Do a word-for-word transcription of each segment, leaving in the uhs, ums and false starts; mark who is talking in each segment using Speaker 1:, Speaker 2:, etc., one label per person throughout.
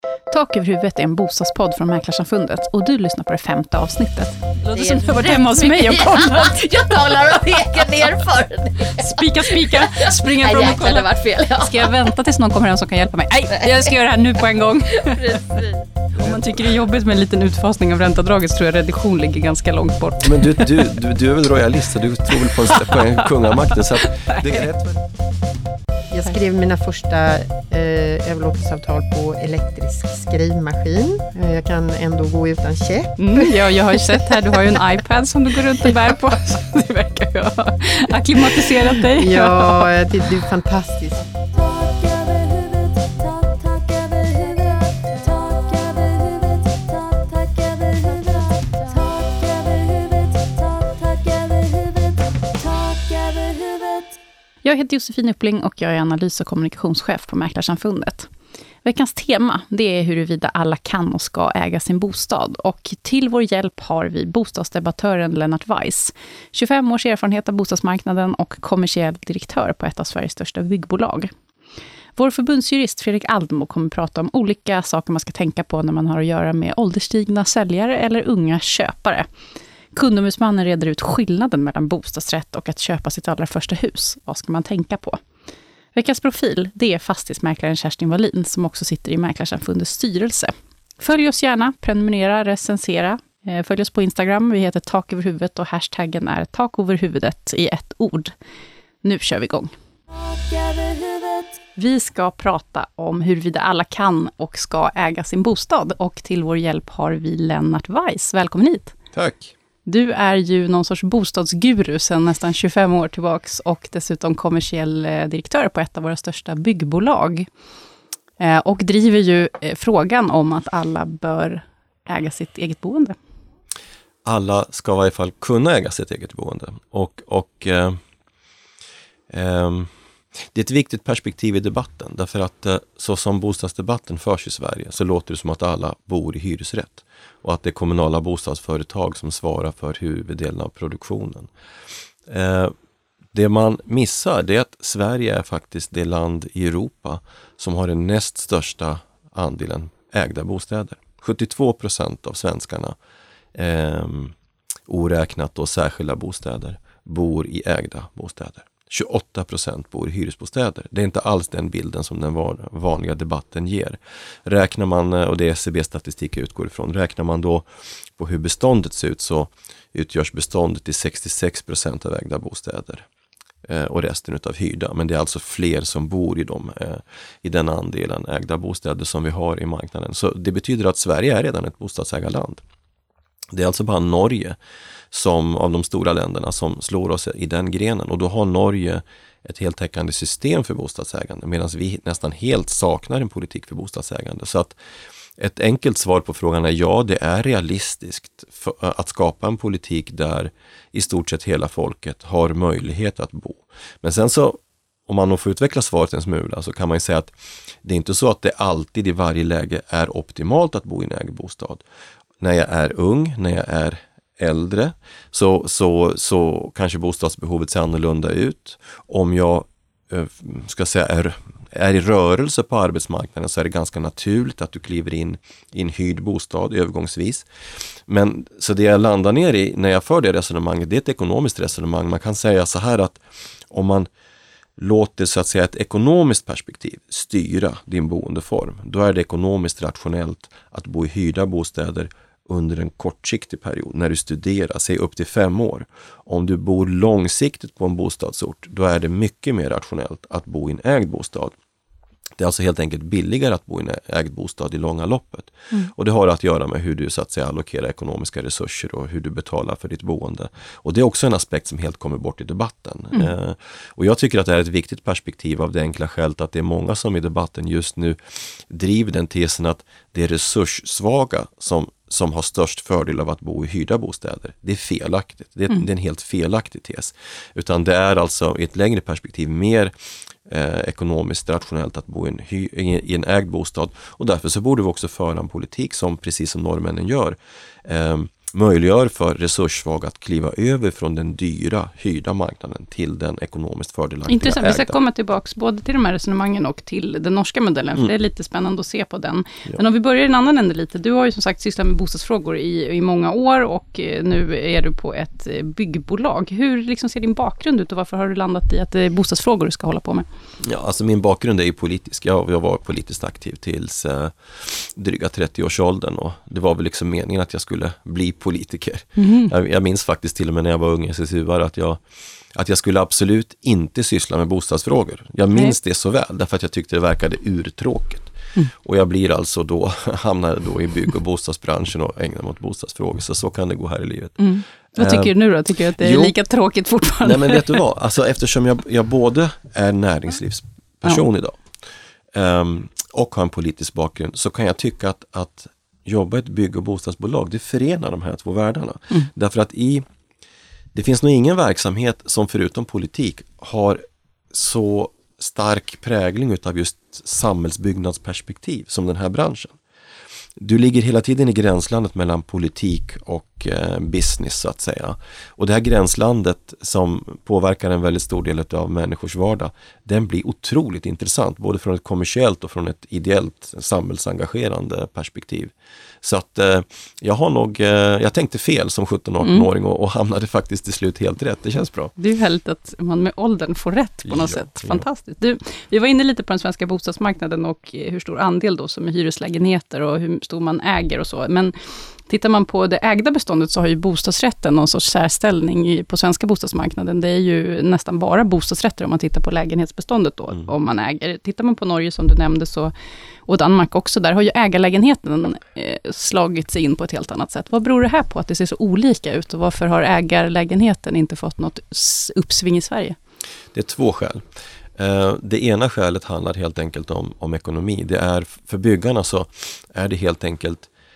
Speaker 1: Tak över huvudet är en bostadspodd från Mäklarsamfundet och du lyssnar på det femte avsnittet.
Speaker 2: Det låter som du har varit hemma hos mig och kollat.
Speaker 3: Jag talar om egen erfarenhet.
Speaker 2: Spika, spika, springa
Speaker 3: Nej,
Speaker 2: fram och
Speaker 3: jäklar, det
Speaker 2: kolla.
Speaker 3: vart fel. Ja.
Speaker 2: Ska jag vänta tills någon kommer hem som kan hjälpa mig? Nej, jag ska göra det här nu på en gång.
Speaker 3: Precis.
Speaker 2: Om man tycker det är jobbigt med en liten utfasning av ränteavdraget så tror jag reduktion ligger ganska långt bort.
Speaker 4: Men du, du, du, du är väl royalist och du tror väl på en, på en kungamakten så att det är rätt.
Speaker 5: Jag skrev mina första eh, överlåtelseavtal på elektrisk skrivmaskin. Eh, jag kan ändå gå utan käpp.
Speaker 2: Mm, ja, jag har ju sett här, du har ju en iPad som du går runt och bär på. Så det verkar ju ha akklimatiserat dig.
Speaker 5: Ja, det, det är fantastiskt.
Speaker 1: Jag heter Josefin Uppling och jag är analys- och kommunikationschef på Mäklarsamfundet. Veckans tema, det är huruvida alla kan och ska äga sin bostad. Och till vår hjälp har vi bostadsdebattören Lennart Weiss. tjugofem års erfarenhet av bostadsmarknaden och kommersiell direktör på ett av Sveriges största byggbolag. Vår förbundsjurist Fredrik Aldmo kommer att prata om olika saker man ska tänka på när man har att göra med ålderstigna säljare eller unga köpare. Kundombudsmannen reder ut skillnaden mellan bostadsrätt och att köpa sitt allra första hus. Vad ska man tänka på? Veckans profil, det är fastighetsmäklaren Kerstin Wallin som också sitter i Mäklarsamfundets styrelse. Följ oss gärna, prenumerera, recensera. Följ oss på Instagram, vi heter Tak över huvudet och hashtaggen är tak över huvudet i ett ord. Nu kör vi igång. Vi ska prata om huruvida alla kan och ska äga sin bostad och till vår hjälp har vi Lennart Weiss. Välkommen hit.
Speaker 4: Tack.
Speaker 1: Du är ju någon sorts bostadsguru sedan nästan tjugofem år tillbaks och dessutom kommersiell direktör på ett av våra största byggbolag. Och driver ju frågan om att alla bör äga sitt eget boende.
Speaker 4: Alla ska i varje fall kunna äga sitt eget boende. Och, och eh, eh, det är ett viktigt perspektiv i debatten. Därför att eh, så som bostadsdebatten förs i Sverige så låter det som att alla bor i hyresrätt. Och att det är kommunala bostadsföretag som svarar för huvuddelen av produktionen. Eh, det man missar det är att Sverige är faktiskt det land i Europa som har den näst största andelen ägda bostäder. sjuttiotvå procent av svenskarna, eh, oräknat och särskilda bostäder, bor i ägda bostäder. tjugoåtta procent bor i hyresbostäder. Det är inte alls den bilden som den vanliga debatten ger. Räknar man, och det är S C B-statistik utgår ifrån, räknar man då på hur beståndet ser ut så utgörs beståndet till sextiosex procent av ägda bostäder eh, och resten utav hyrda. Men det är alltså fler som bor i, dem, eh, i den andelen ägda bostäder som vi har i marknaden. Så det betyder att Sverige är redan ett bostadsägarland. Det är alltså bara Norge som av de stora länderna som slår oss i den grenen. Och då har Norge ett heltäckande system för bostadsägande medan vi nästan helt saknar en politik för bostadsägande. Så att ett enkelt svar på frågan är ja, det är realistiskt för att skapa en politik där i stort sett hela folket har möjlighet att bo. Men sen så, om man får utveckla svaret en smula så kan man ju säga att det är inte så att det alltid i varje läge är optimalt att bo i en ägd bostad. När jag är ung, när jag är äldre så, så, så kanske bostadsbehovet ser annorlunda ut. Om jag eh, ska säga är, är i rörelse på arbetsmarknaden så är det ganska naturligt att du kliver in i en hyrd bostad övergångsvis. Men så det jag landar ner i när jag för det resonemanget, det är ett ekonomiskt resonemang. Man kan säga så här att om man låter så att säga ett ekonomiskt perspektiv styra din boendeform, då är det ekonomiskt rationellt att bo i hyrda bostäder under en kortsiktig period när du studerar, säg upp till fem år. Om du bor långsiktigt på en bostadsort, då är det mycket mer rationellt att bo i en ägd bostad. Det är alltså helt enkelt billigare att bo i en ägd bostad i långa loppet. Mm. Och det har att göra med hur du så att säga allokerar ekonomiska resurser och hur du betalar för ditt boende. Och det är också en aspekt som helt kommer bort i debatten. Mm. Eh, och jag tycker att det är ett viktigt perspektiv av det enkla skälet att det är många som i debatten just nu driver den tesen att det är resurssvaga som som har störst fördel av att bo i hyrda bostäder. Det är felaktigt. Det är, mm. det är en helt felaktig tes. Utan det är alltså i ett längre perspektiv mer eh, ekonomiskt rationellt att bo i en, hy, i en ägd bostad. Och därför så borde vi också föra en politik som, precis som norrmännen gör, eh, möjliggör för resurssvaga att kliva över från den dyra hyrda marknaden till den ekonomiskt fördelaktiga
Speaker 1: Intressant,
Speaker 4: ägda.
Speaker 1: vi ska komma tillbaka både till de här resonemangen och till den norska modellen, för mm. det är lite spännande att se på den. Ja. Men om vi börjar i en annan ände lite, du har ju som sagt sysslat med bostadsfrågor i, i många år och nu är du på ett byggbolag. Hur liksom ser din bakgrund ut och varför har du landat i att det är bostadsfrågor du ska hålla på med?
Speaker 4: Ja, alltså min bakgrund är ju politisk. Jag, jag var politiskt aktiv tills eh, dryga trettio-årsåldern och det var väl liksom meningen att jag skulle bli politiker. Mm. Jag, jag minns faktiskt till och med när jag var ung S S U-are att jag, att jag skulle absolut inte syssla med bostadsfrågor. Jag minns Nej. det så väl därför att jag tyckte det verkade urtråkigt. Mm. Och jag blir alltså då, hamnade då i bygg- och bostadsbranschen och ägnar mig åt bostadsfrågor. Så så kan det gå här i livet.
Speaker 1: Mm. Vad tycker du nu då? Tycker du att det är jo, lika tråkigt fortfarande?
Speaker 4: Nej men vet du vad? Alltså, eftersom jag, jag både är näringslivsperson ja. idag um, och har en politisk bakgrund så kan jag tycka att, att jobba i ett bygg- och bostadsbolag, det förenar de här två världarna. Mm. Därför att i, det finns nog ingen verksamhet som förutom politik har så stark prägling utav just samhällsbyggnadsperspektiv som den här branschen. Du ligger hela tiden i gränslandet mellan politik och eh, business så att säga. Och det här gränslandet som påverkar en väldigt stor del av människors vardag, den blir otroligt intressant både från ett kommersiellt och från ett ideellt samhällsengagerande perspektiv. Så att eh, jag har nog, eh, jag tänkte fel som sjutton-arton-åring och, och hamnade faktiskt till slut helt rätt. Det känns bra.
Speaker 1: Det är ju härligt att man med åldern får rätt på något ja, sätt. Fantastiskt. Du, vi var inne lite på den svenska bostadsmarknaden och hur stor andel då som är hyreslägenheter och hur stor man äger och så. Men tittar man på det ägda beståndet så har ju bostadsrätten någon sorts särställning i, på svenska bostadsmarknaden. Det är ju nästan bara bostadsrätter om man tittar på lägenhetsbeståndet då, mm. om man äger. Tittar man på Norge som du nämnde så, och Danmark också, där har ju ägarlägenheten eh, slagit sig in på ett helt annat sätt. Vad beror det här på att det ser så olika ut och varför har ägarlägenheten inte fått något uppsving i Sverige?
Speaker 4: Det är två skäl. Uh, det ena skälet handlar helt enkelt om, om ekonomi. Det är, för byggarna så är det helt enkelt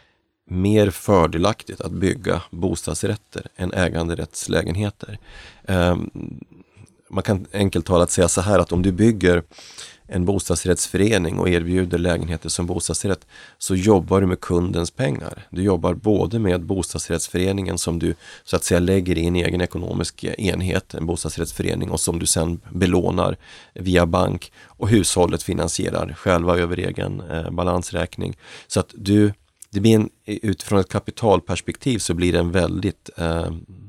Speaker 4: mer fördelaktigt att bygga bostadsrätter än äganderättslägenheter. Um, man kan enkelt talat säga så här att om du bygger en bostadsrättsförening och erbjuder lägenheter som bostadsrätt så jobbar du med kundens pengar. Du jobbar både med bostadsrättsföreningen som du så att säga lägger i en egen ekonomisk enhet, en bostadsrättsförening och som du sen belånar via bank och hushållet finansierar själva över egen eh, balansräkning. Så att du, det blir en, utifrån ett kapitalperspektiv så blir det en väldigt eh,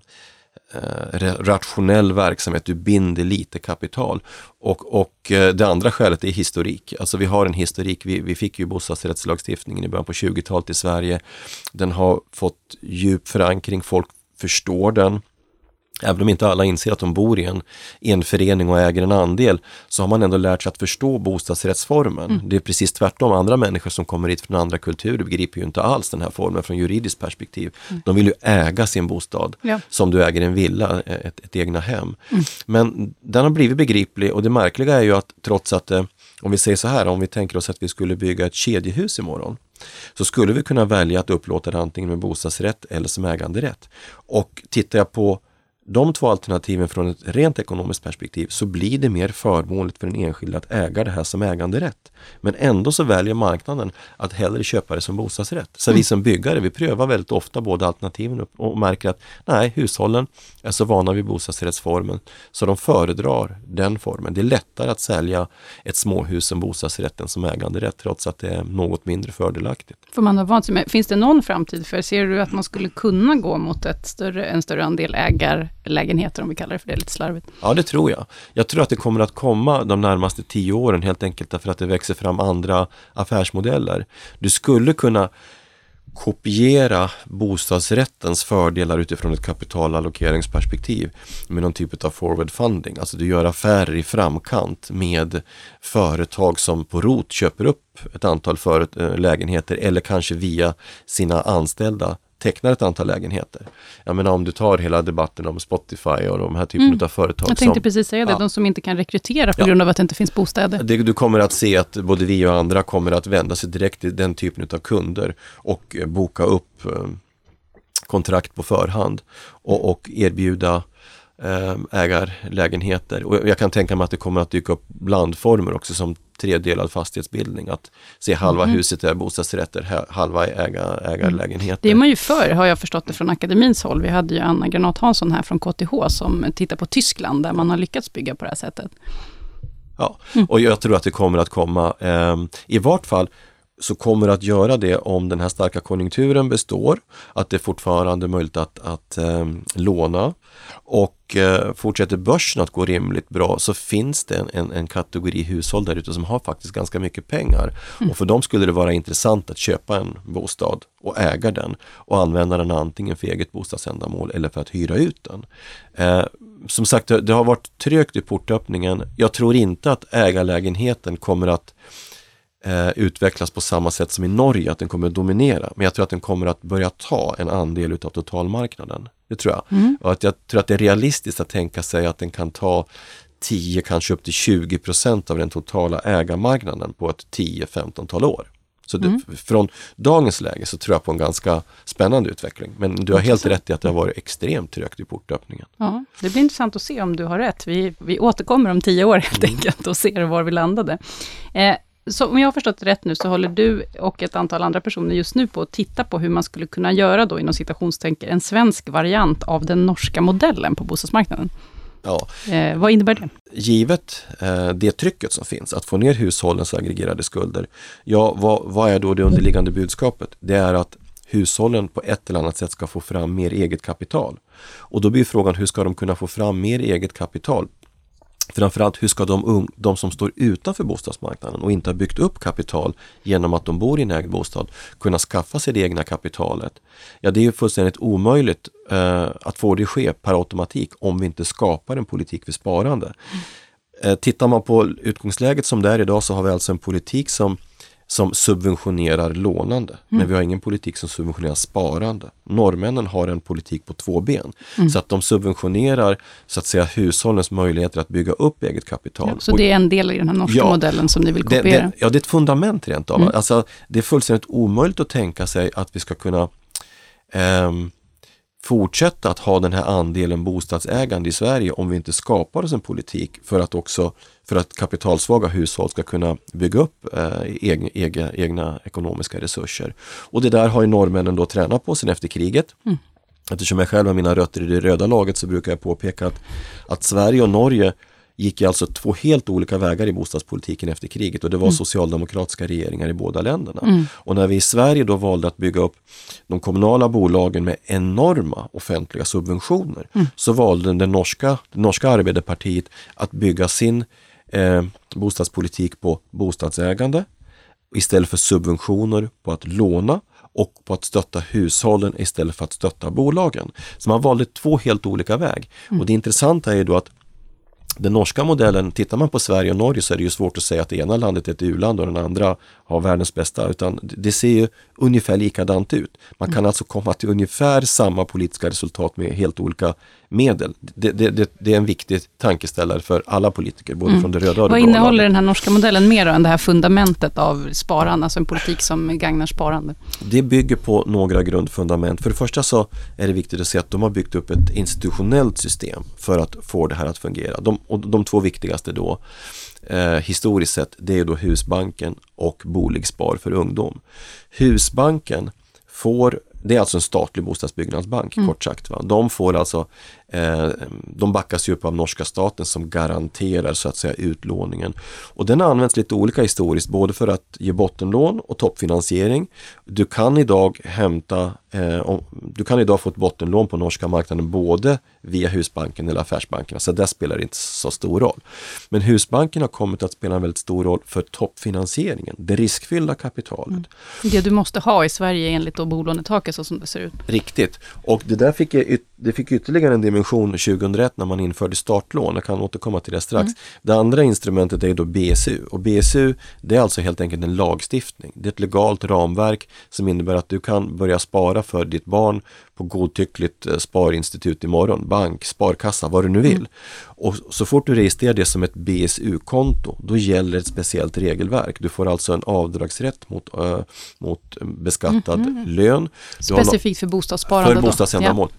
Speaker 4: rationell verksamhet, du binder lite kapital och, och det andra skälet är historik. Alltså vi har en historik, vi, vi fick ju bostadsrättslagstiftningen i början på tjugotalet i Sverige. Den har fått djup förankring, folk förstår den. Även om inte alla inser att de bor i en, i en förening och äger en andel så har man ändå lärt sig att förstå bostadsrättsformen. Mm. Det är precis tvärtom. Andra människor som kommer hit från andra kulturer begriper ju inte alls den här formen från juridiskt perspektiv. Mm. De vill ju äga sin bostad ja. som du äger en villa, ett, ett egna hem. Mm. Men den har blivit begriplig och det märkliga är ju att trots att, om vi säger så här, om vi tänker oss att vi skulle bygga ett kedjehus imorgon så skulle vi kunna välja att upplåta det antingen med bostadsrätt eller som äganderätt. Och tittar jag på de två alternativen från ett rent ekonomiskt perspektiv så blir det mer förmånligt för den enskilda att äga det här som äganderätt. Men ändå så väljer marknaden att hellre köpa det som bostadsrätt. Så mm. vi som byggare, vi prövar väldigt ofta båda alternativen och märker att nej, hushållen är så vana vid bostadsrättsformen så de föredrar den formen. Det är lättare att sälja ett småhus som bostadsrätten som äganderätt trots att det är något mindre fördelaktigt.
Speaker 1: Får man ha vant sig med, finns det någon framtid för? Ser du att man skulle kunna gå mot ett större, en större andel ägar lägenheter om vi kallar det för det lite slarvigt?
Speaker 4: Ja, det tror jag. Jag tror att det kommer att komma de närmaste tio åren helt enkelt därför att det växer fram andra affärsmodeller. Du skulle kunna kopiera bostadsrättens fördelar utifrån ett kapitalallokeringsperspektiv med någon typ av forward funding. Alltså du gör affärer i framkant med företag som på rot köper upp ett antal för- lägenheter eller kanske via sina anställda tecknar ett antal lägenheter. Jag menar om du tar hela debatten om Spotify och de här typen mm. av företag.
Speaker 1: Jag tänkte
Speaker 4: som,
Speaker 1: precis säga det,
Speaker 4: ja.
Speaker 1: de som inte kan rekrytera på
Speaker 4: ja.
Speaker 1: grund av att det inte finns bostäder.
Speaker 4: Det, du kommer att se att både vi och andra kommer att vända sig direkt till den typen av kunder och boka upp eh, kontrakt på förhand och, och erbjuda ägarlägenheter. Och jag kan tänka mig att det kommer att dyka upp blandformer också som tredelad fastighetsbildning. Att se halva mm. huset är bostadsrätter, halva är äga, ägarlägenheter.
Speaker 1: Det är man ju för, har jag förstått det från akademins håll. Vi hade ju Anna Granat Hansson här från K T H som tittar på Tyskland där man har lyckats bygga på det här sättet.
Speaker 4: Ja, och jag tror att det kommer att komma. Eh, I vart fall så kommer att göra det om den här starka konjunkturen består, att det fortfarande är möjligt att, att eh, låna och eh, fortsätter börsen att gå rimligt bra, så finns det en, en, en kategori hushåll där ute som har faktiskt ganska mycket pengar mm. och för dem skulle det vara intressant att köpa en bostad och äga den och använda den antingen för eget bostadsändamål eller för att hyra ut den. Eh, som sagt, det, det har varit trögt i portöppningen. Jag tror inte att ägarlägenheten kommer att Eh, utvecklas på samma sätt som i Norge, att den kommer att dominera. Men jag tror att den kommer att börja ta en andel utav totalmarknaden. Det tror jag. Mm. Och att jag tror att det är realistiskt att tänka sig att den kan ta tio, kanske upp till tjugo procent av den totala ägarmarknaden på ett tio femton-tal år. Så det, mm. från dagens läge så tror jag på en ganska spännande utveckling. Men du har helt rätt i att det har varit extremt trögt i portöppningen.
Speaker 1: Ja, det blir intressant att se om du har rätt. Vi, vi återkommer om tio år helt mm. enkelt och ser var vi landade. Eh, Så om jag har förstått rätt nu så håller du och ett antal andra personer just nu på att titta på hur man skulle kunna göra då inom citationstänker en svensk variant av den norska modellen på bostadsmarknaden.
Speaker 4: Ja.
Speaker 1: Eh, vad innebär det?
Speaker 4: Givet eh, det trycket som finns att få ner hushållens aggregerade skulder, ja, vad, vad är då det underliggande budskapet? Det är att hushållen på ett eller annat sätt ska få fram mer eget kapital. Och då blir frågan, hur ska de kunna få fram mer eget kapital? Framförallt, hur ska de, de som står utanför bostadsmarknaden och inte har byggt upp kapital genom att de bor i en ägd bostad kunna skaffa sig det egna kapitalet? Ja, det är ju fullständigt omöjligt eh, att få det ske per automatik om vi inte skapar en politik för sparande. Mm. Eh, tittar man på utgångsläget som det är idag så har vi alltså en politik som som subventionerar lånande. Mm. Men vi har ingen politik som subventionerar sparande. Norrmännen har en politik på två ben. Mm. Så att de subventionerar så att säga hushållens möjligheter att bygga upp eget kapital.
Speaker 1: Ja, så det är en del i den här norska ja, modellen som ni vill kopiera?
Speaker 4: Det, det, ja, det är ett fundament rent av. Mm. Alltså, det är fullständigt omöjligt att tänka sig att vi ska kunna ehm, fortsätta att ha den här andelen bostadsägande i Sverige om vi inte skapar oss en politik för att också för att kapitalsvaga hushåll ska kunna bygga upp eh, egna, egna, egna ekonomiska resurser. Och det där har ju norrmännen då tränat på sen efter kriget. Mm. Eftersom jag själv har mina rötter i det röda laget så brukar jag påpeka att, att Sverige och Norge gick alltså två helt olika vägar i bostadspolitiken efter kriget och det var mm. socialdemokratiska regeringar i båda länderna. Mm. Och när vi i Sverige då valde att bygga upp de kommunala bolagen med enorma offentliga subventioner mm. så valde den norska, det norska Arbeiderpartiet att bygga sin eh, bostadspolitik på bostadsägande istället för subventioner på att låna och på att stötta hushållen istället för att stötta bolagen. Så man valde två helt olika väg. Mm. Och det intressanta är ju då att den norska modellen, tittar man på Sverige och Norge så är det ju svårt att säga att det ena landet är ett u-land och den andra har världens bästa, utan det ser ju ungefär likadant ut. Man kan mm. alltså komma till ungefär samma politiska resultat med helt olika medel. Det, det, det, det är en viktig tankeställare för alla politiker, både mm. från det röda och det blå.
Speaker 1: Vad innehåller den här norska modellen mer än det här fundamentet av sparande, alltså en politik som gagnar sparande?
Speaker 4: Det bygger på några grundfundament. För det första så är det viktigt att se att de har byggt upp ett institutionellt system för att få det här att fungera. De, och de två viktigaste då eh, historiskt sett, det är då Husbanken och Boligsspar för ungdom. Husbanken får, det är alltså en statlig bostadsbyggnadsbank mm. kort sagt. Va? De får alltså, eh, de backas ju upp av norska staten som garanterar så att säga utlåningen. Och den används lite olika historiskt, både för att ge bottenlån och toppfinansiering. Du kan idag hämta, eh, om, du kan idag få ett bottenlån på norska marknaden både via Husbanken eller affärsbankerna, så det spelar inte så stor roll. Men Husbanken har kommit att spela en väldigt stor roll för toppfinansieringen, det riskfyllda kapitalet. Mm.
Speaker 1: Det du måste ha i Sverige enligt då bolånetaket så som det ser ut.
Speaker 4: Riktigt. Och det där fick, yt- det fick ytterligare en dimension tjugohundraett när man införde startlån. Jag kan återkomma till det strax. Mm. Det andra instrumentet är då B S U. Och B S U, det är alltså helt enkelt en lagstiftning. Det är ett legalt ramverk som innebär att du kan börja spara för ditt barn på godtyckligt sparinstitut imorgon, bank, sparkassa, vad du nu vill. Mm. Och så fort du registrerar det som ett B S U-konto, då gäller ett speciellt regelverk. Du får alltså en avdragsrätt mot, äh, mot beskattad mm-hmm. lön. Du
Speaker 1: specifikt för bostadssparande
Speaker 4: För bostadsändamål.
Speaker 1: Ja.
Speaker 4: Du
Speaker 1: mm.
Speaker 4: låser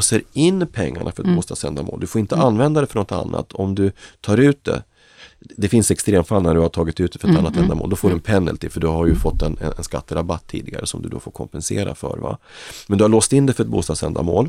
Speaker 4: låser in pengarna för ett
Speaker 1: Mm.
Speaker 4: bostadsändamål. Du får inte mm. använda det för något annat. Om du tar ut det, det finns extremfall när du har tagit ut det för ett mm. annat ändamål, då får du en penalty, för du har ju mm. fått en, en skatterabatt tidigare som du då får kompensera för. Va? Men du har låst in det för ett bostadsändamål.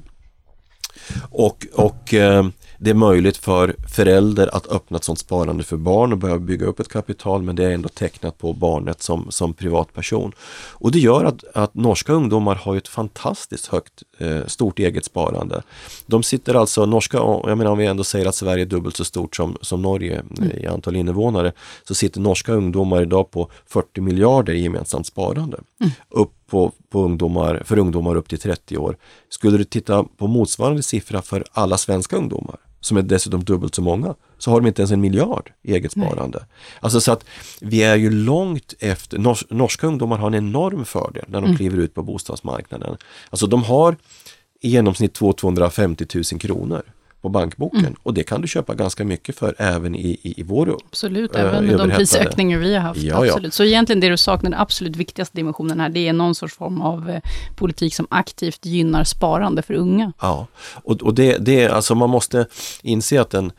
Speaker 4: Och, och eh, det är möjligt för föräldrar att öppna ett sådant sparande för barn och börja bygga upp ett kapital, men det är ändå tecknat på barnet som, som privatperson. Och det gör att, att norska ungdomar har ett fantastiskt högt, eh, stort eget sparande. De sitter alltså, norska, jag menar om vi ändå säger att Sverige är dubbelt så stort som, som Norge mm. i antal invånare, så sitter norska ungdomar idag på fyrtio miljarder i gemensamt sparande. Mm. Upp på, på ungdomar, för ungdomar upp till trettio år. Skulle du titta på motsvarande siffra för alla svenska ungdomar, som är dessutom dubbelt så många, så har de inte ens en miljard i eget sparande. Nej. Alltså så att vi är ju långt efter, nors, norska ungdomar har en enorm fördel när de mm. kliver ut på bostadsmarknaden. Alltså de har i genomsnitt två hundra femtio tusen kronor på bankboken. Mm. Och det kan du köpa ganska mycket för även i, i, i vår
Speaker 1: Absolut, äh, även med de prisökningar vi har haft. Ja, absolut. Ja. Så egentligen det du saknar, den absolut viktigaste dimensionen här, det är någon sorts form av eh, politik som aktivt gynnar sparande för unga.
Speaker 4: Ja, och, och det, det är alltså man måste inse att en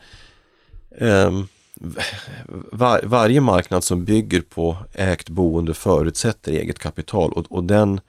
Speaker 4: eh, var, varje marknad som bygger på ägt boende förutsätter eget kapital, och, och den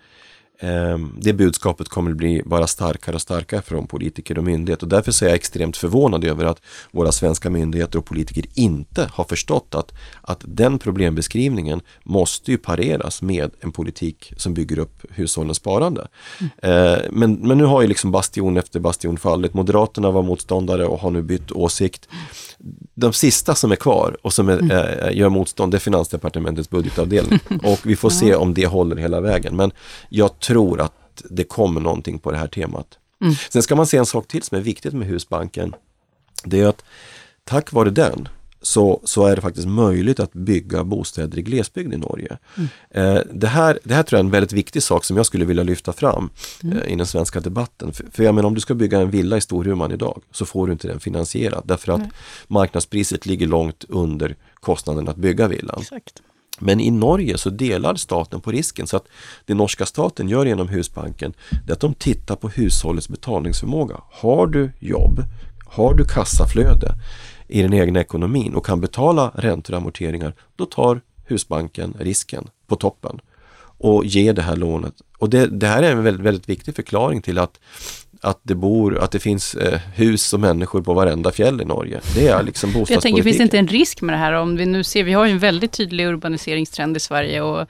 Speaker 4: det budskapet kommer att bli bara starkare och starkare från politiker och myndigheter, och därför så är jag extremt förvånad över att våra svenska myndigheter och politiker inte har förstått att, att den problembeskrivningen måste ju pareras med en politik som bygger upp hushållens sparande. Mm. Men, men nu har ju liksom bastion efter bastion fallit. Moderaterna var motståndare och har nu bytt åsikt. De sista som är kvar och som är, mm. äh, gör motstånd är Finansdepartementets budgetavdelning, och vi får se om det håller hela vägen, men jag tror att det kommer någonting på det här temat. Mm. Sen ska man se en sak till som är viktigt med Husbanken. Det är att tack vare den så, så är det faktiskt möjligt att bygga bostäder i glesbygd i Norge. Mm. Eh, det, här, det här tror jag är en väldigt viktig sak som jag skulle vilja lyfta fram mm. eh, i den svenska debatten. För, för jag menar, om du ska bygga en villa i Storuman idag så får du inte den finansierad, därför att mm. marknadspriset ligger långt under kostnaden att bygga villan.
Speaker 1: Exakt.
Speaker 4: Men i Norge så delar staten på risken, så att det norska staten gör genom Husbanken, det är att de tittar på hushållets betalningsförmåga. Har du jobb, har du kassaflöde i den egna ekonomin och kan betala räntor och amorteringar, då tar Husbanken risken på toppen och ger det här lånet. Och det, det här är en väldigt, väldigt viktig förklaring till att att det bor, att det finns eh, hus och människor på varenda fjäll i Norge. Det är liksom bostadspolitiken. Jag tänker,
Speaker 1: finns det inte en risk med det här? Om vi nu ser, vi har ju en väldigt tydlig urbaniseringstrend i Sverige, och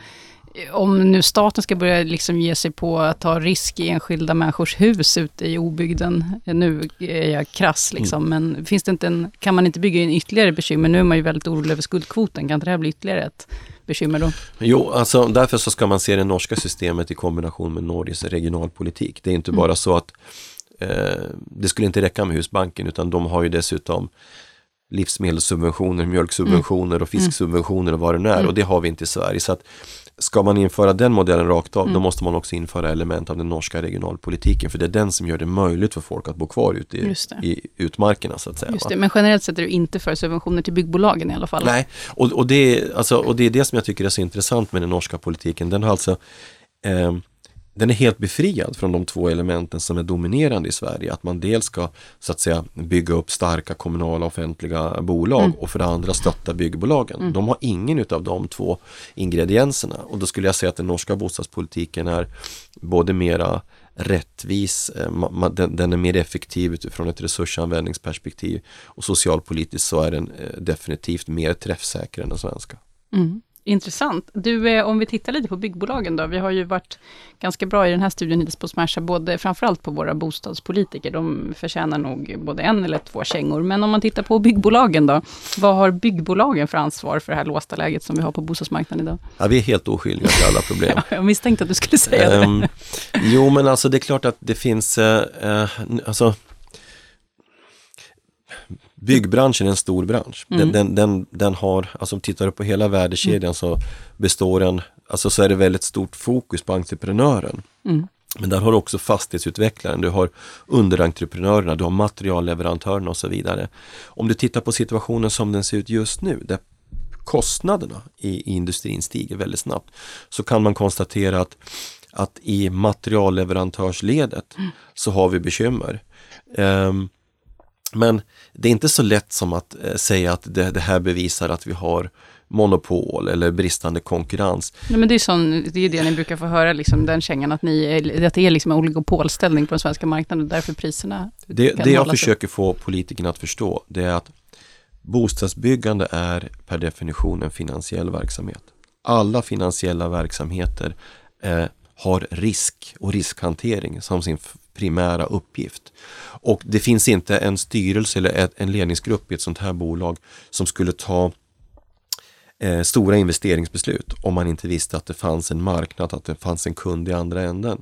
Speaker 1: om nu staten ska börja liksom ge sig på att ta risk i enskilda människors hus ute i obygden, nu är jag krass liksom, mm. men finns det inte en, kan man inte bygga in ytterligare bekymmer? Nu är man ju väldigt orolig över skuldkvoten, kan inte det här bli ytterligare ett bekymmer då?
Speaker 4: Jo, alltså därför så ska man se det norska systemet i kombination med Norges regionalpolitik. Det är inte mm. bara så att eh, det skulle inte räcka med Husbanken, utan de har ju dessutom livsmedelssubventioner, mjölksubventioner mm. och fisksubventioner och vad det är, mm. och det har vi inte i Sverige. Så att ska man införa den modellen rakt av, mm. då måste man också införa element av den norska regionalpolitiken, för det är den som gör det möjligt för folk att bo kvar ute i, i utmarkerna, så att säga.
Speaker 1: Just det, men generellt sett är du inte för subventioner till byggbolagen i alla fall.
Speaker 4: Nej, och, och, det, alltså, och det är det som jag tycker är så intressant med den norska politiken. Den har alltså eh, den är helt befriad från de två elementen som är dominerande i Sverige. Att man dels ska, så att säga, bygga upp starka kommunala offentliga bolag mm. och för det andra stötta byggbolagen. Mm. De har ingen av de två ingredienserna. Och då skulle jag säga att den norska bostadspolitiken är både mera rättvis, den är mer effektiv utifrån ett resursanvändningsperspektiv, och socialpolitiskt så är den definitivt mer träffsäker än den svenska.
Speaker 1: Mm. Intressant. Du, om vi tittar lite på byggbolagen då. Vi har ju varit ganska bra i den här studien hittills på att smasha både, framförallt på våra bostadspolitiker. De förtjänar nog både en eller två kängor. Men om man tittar på byggbolagen då. Vad har byggbolagen för ansvar för det här låsta läget som vi har på bostadsmarknaden idag?
Speaker 4: Ja, vi är helt oskyldiga till alla problem.
Speaker 1: Ja, jag misstänkte att du skulle säga det. Um,
Speaker 4: jo, men alltså det är klart att det finns uh, alltså byggbranschen är en stor bransch. Den, mm. den, den, den har, alltså om tittar du på hela värdekedjan mm. så består den, alltså så är det väldigt stort fokus på entreprenören. Mm. Men där har du också fastighetsutvecklaren, du har underentreprenörerna, du har materialleverantörerna och så vidare. Om du tittar på situationen som den ser ut just nu, där kostnaderna i, i industrin stiger väldigt snabbt, så kan man konstatera att att i materialleverantörsledet mm. så har vi bekymmer. Um, men det är inte så lätt som att uh, säga att det, det här bevisar att vi har monopol eller bristande konkurrens.
Speaker 2: Nej, men det är sån, det är det ni brukar få höra, liksom, den kängan att, ni är, att det är liksom en oligopolställning på den svenska marknaden och därför priserna
Speaker 4: Det, det jag försöker upp. få politikerna att förstå, det är att bostadsbyggande är per definition en finansiell verksamhet. Alla finansiella verksamheter eh, har risk och riskhantering som sin primära uppgift. Och det finns inte en styrelse eller en ledningsgrupp i ett sånt här bolag som skulle ta eh, stora investeringsbeslut om man inte visste att det fanns en marknad, att det fanns en kund i andra änden.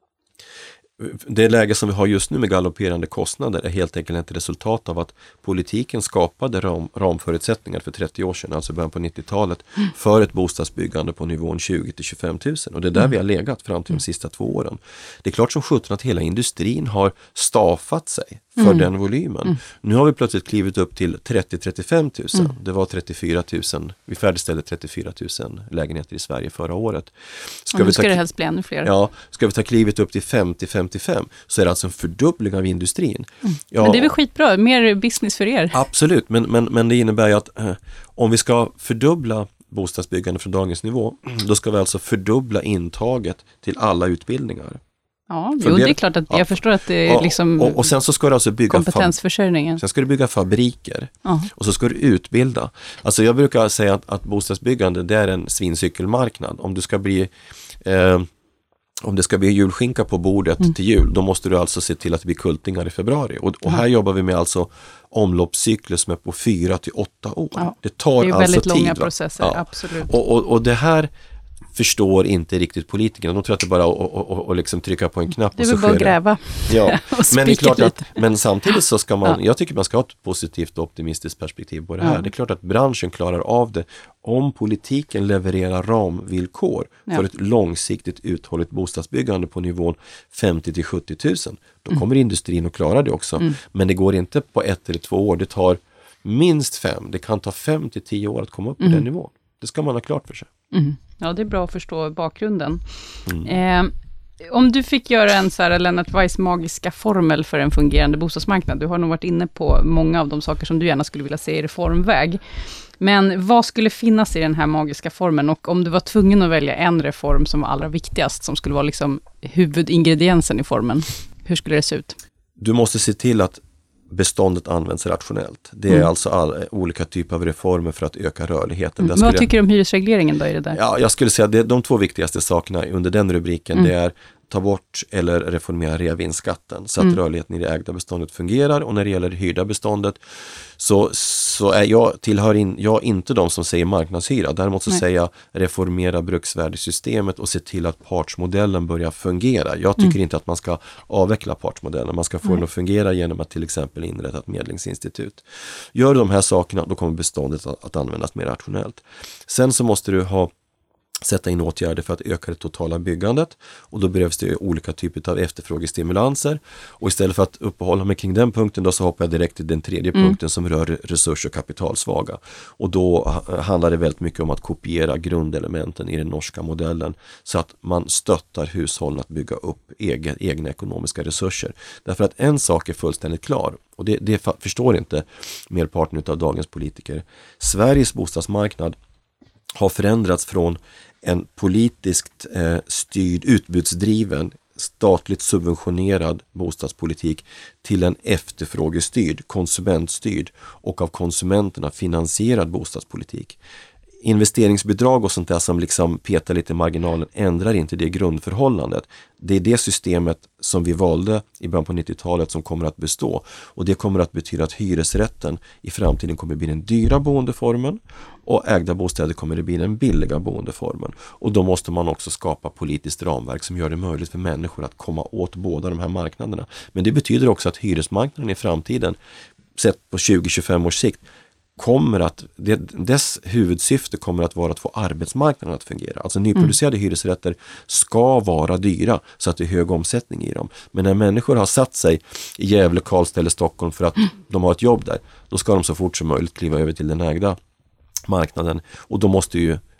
Speaker 4: Det läge som vi har just nu med galopperande kostnader är helt enkelt ett resultat av att politiken skapade ram, ramförutsättningar för trettio år sedan, alltså början på nittiotalet, mm. för ett bostadsbyggande på nivån tjugo till tjugofem tusen. Och det är där mm. vi har legat fram till de sista två åren. Det är klart som sjutton att hela industrin har staffat sig för mm. den volymen. Mm. Nu har vi plötsligt klivit upp till trettio till trettiofem tusen. Mm. Det var trettiofyra tusen. Vi färdigställde trettiofyra tusen lägenheter i Sverige förra året.
Speaker 2: Ska, vi ta, ska det helst bli ännu fler.
Speaker 4: Ja, ska vi ta klivet upp till femtio till femtiofem så är det alltså en fördubbling av industrin.
Speaker 2: Mm. Ja, men det är väl skitbra, mer business för er.
Speaker 4: Absolut, men, men, men det innebär ju att eh, om vi ska fördubbla bostadsbyggande från dagens nivå, då ska vi alltså fördubbla intaget till alla utbildningar.
Speaker 2: Ja, jo, det är klart att ja. jag förstår att det är
Speaker 4: ja,
Speaker 2: liksom
Speaker 4: och, och sen så ska du alltså bygga
Speaker 2: kompetensförsörjningen.
Speaker 4: Sen ska du bygga fabriker
Speaker 2: ja.
Speaker 4: och så ska du utbilda. Alltså jag brukar säga att, att bostadsbyggande det är en svincykelmarknad. Om du ska bli eh, om det ska bli julskinka på bordet mm. till jul, då måste du alltså se till att det blir kultingar i februari. Och, och här mm. jobbar vi med alltså omloppscykler som är på fyra till åtta år. Ja. Det tar
Speaker 2: det är
Speaker 4: alltså
Speaker 2: väldigt
Speaker 4: tid.
Speaker 2: långa
Speaker 4: Va?
Speaker 2: processer,
Speaker 4: ja.
Speaker 2: absolut.
Speaker 4: Och, och, och det här förstår inte riktigt politikerna. De tror att det bara är att och, och, och liksom trycka på en knapp.
Speaker 2: Det är
Speaker 4: och så
Speaker 2: bara att gräva.
Speaker 4: Ja. men det är klart att, men samtidigt så ska man,
Speaker 2: ja.
Speaker 4: jag tycker man ska ha ett positivt och optimistiskt perspektiv på det här. Ja. Det är klart att branschen klarar av det om politiken levererar ramvillkor ja. för ett långsiktigt uthålligt bostadsbyggande på nivån femtio till sjuttio tusen. Då kommer mm. industrin att klara det också. Mm. Men det går inte på ett eller två år. Det tar minst fem. Det kan ta fem till tio år att komma upp mm. på den nivån. Det ska man ha klart för sig.
Speaker 2: Mm. Ja, det är bra att förstå bakgrunden.
Speaker 4: Mm.
Speaker 2: Eh, om du fick göra en så här Lennart Weiss magiska formel för en fungerande bostadsmarknad, du har nog varit inne på många av de saker som du gärna skulle vilja se i reformväg. Men vad skulle finnas i den här magiska formeln? Och om du var tvungen att välja en reform som var allra viktigast, som skulle vara liksom huvudingrediensen i formen, hur skulle det se ut?
Speaker 4: Du måste se till att beståndet används rationellt. Det är mm. alltså all, olika typer av reformer för att öka rörligheten.
Speaker 2: Mm. Vad tycker du om hyresregleringen då i det där?
Speaker 4: Ja, jag skulle säga att det, de två viktigaste sakerna under den rubriken mm. det är ta bort eller reformera reavinstskatten så att mm. rörligheten i det ägda beståndet fungerar. Och när det gäller det hyrda beståndet så, så är jag, tillhör in, jag inte de som säger marknadshyra. Däremot så Nej. säger jag reformera bruksvärdesystemet och se till att partsmodellen börjar fungera. Jag tycker mm. inte att man ska avveckla partsmodellen. Man ska få mm. den att fungera genom att till exempel inrätta ett medlingsinstitut. Gör de här sakerna, då kommer beståndet att, att användas mer rationellt. Sen så måste du ha sätta in åtgärder för att öka det totala byggandet och då behövs det olika typer av efterfrågestimulanser och istället för att uppehålla mig kring den punkten då så hoppar jag direkt till den tredje mm. punkten som rör resurs- och kapitalsvaga och då handlar det väldigt mycket om att kopiera grundelementen i den norska modellen så att man stöttar hushållen att bygga upp egen, egna ekonomiska resurser. Därför att en sak är fullständigt klar och det, det förstår inte merparten av dagens politiker. Sveriges bostadsmarknad har förändrats från en politiskt eh, styrd, utbudsdriven, statligt subventionerad bostadspolitik till en efterfrågestyrd, konsumentstyrd och av konsumenterna finansierad bostadspolitik. Investeringsbidrag och sånt där som liksom petar lite i marginalen ändrar inte det grundförhållandet. Det är det systemet som vi valde i början på nittiotalet som kommer att bestå. Och det kommer att betyda att hyresrätten i framtiden kommer att bli den dyra boendeformen och ägda bostäder kommer att bli den billiga boendeformen. Och då måste man också skapa politiskt ramverk som gör det möjligt för människor att komma åt båda de här marknaderna. Men det betyder också att hyresmarknaden i framtiden, sett på tjugo till tjugofem års sikt, kommer att, det, dess huvudsyfte kommer att vara att få arbetsmarknaden att fungera. Alltså nyproducerade mm. hyresrätter ska vara dyra så att det är hög omsättning i dem. Men när människor har satt sig i Gävle, Karlstad eller Stockholm för att mm. de har ett jobb där, då ska de så fort som möjligt kliva över till den ägda marknaden. Och då måste ju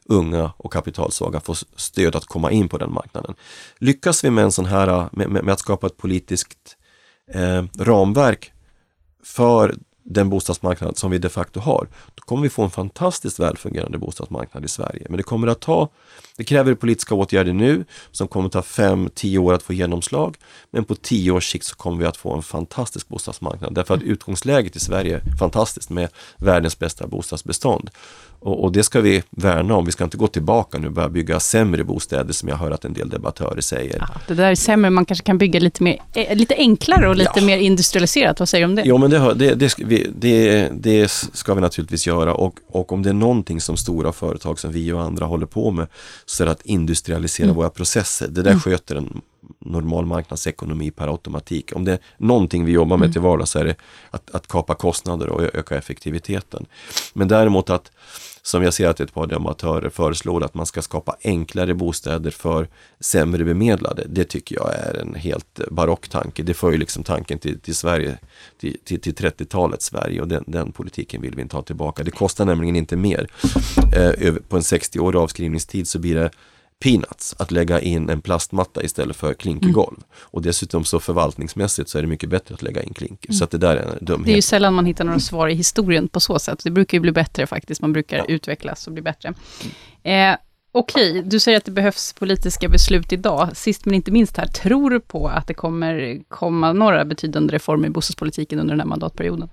Speaker 4: unga och kapitalsvaga får stöd att komma in på den marknaden. Lyckas vi med en sån här, med, med, med att skapa ett politiskt eh, ramverk för den bostadsmarknad som vi de facto har, då kommer vi få en fantastiskt välfungerande bostadsmarknad i Sverige. Men det kommer att ta, det kräver politiska åtgärder nu som kommer att ta fem, tio år att få genomslag. Men på tio års sikt så kommer vi att få en fantastisk bostadsmarknad. Därför att utgångsläget i Sverige är fantastiskt med världens bästa bostadsbestånd. Och, och det ska vi värna om. Vi ska inte gå tillbaka nu och börja bygga sämre bostäder som jag hör att en del debattörer säger.
Speaker 2: Ja, det där är sämre. Man kanske kan bygga lite, mer, lite enklare och lite ja. mer industrialiserat. Vad säger du om det?
Speaker 4: Jo, men det, det, det, ska, vi, det, det ska vi naturligtvis göra. Och, och om det är någonting som stora företag som vi och andra håller på med så är det att industrialisera mm. våra processer. Det där mm. sköter en normal marknadsekonomi per automatik. Om det är någonting vi jobbar med mm. till vardags så är det att, att kapa kostnader och öka effektiviteten. Men däremot att, som jag ser att ett par debattörer föreslår, att man ska skapa enklare bostäder för sämre bemedlade, det tycker jag är en helt barock tanke. Det för ju liksom tanken till, till Sverige, till, till, till trettiotalets Sverige, och den, den politiken vill vi inte ha tillbaka. Det kostar nämligen inte mer. Eh, på en sextio-årig avskrivningstid så blir det peanuts att lägga in en plastmatta istället för klinkergolv. Mm. Och dessutom så förvaltningsmässigt så är det mycket bättre att lägga in klinker. Mm. Så att det där är en dumhet.
Speaker 2: Det är ju sällan man hittar några svar i historien på så sätt. Det brukar ju bli bättre faktiskt. Man brukar ja. utvecklas och bli bättre. Mm. Eh, Okej, okay. Du säger att det behövs politiska beslut idag. Sist men inte minst här, tror du på att det kommer komma några betydande reformer i bostadspolitiken under den här mandatperioden?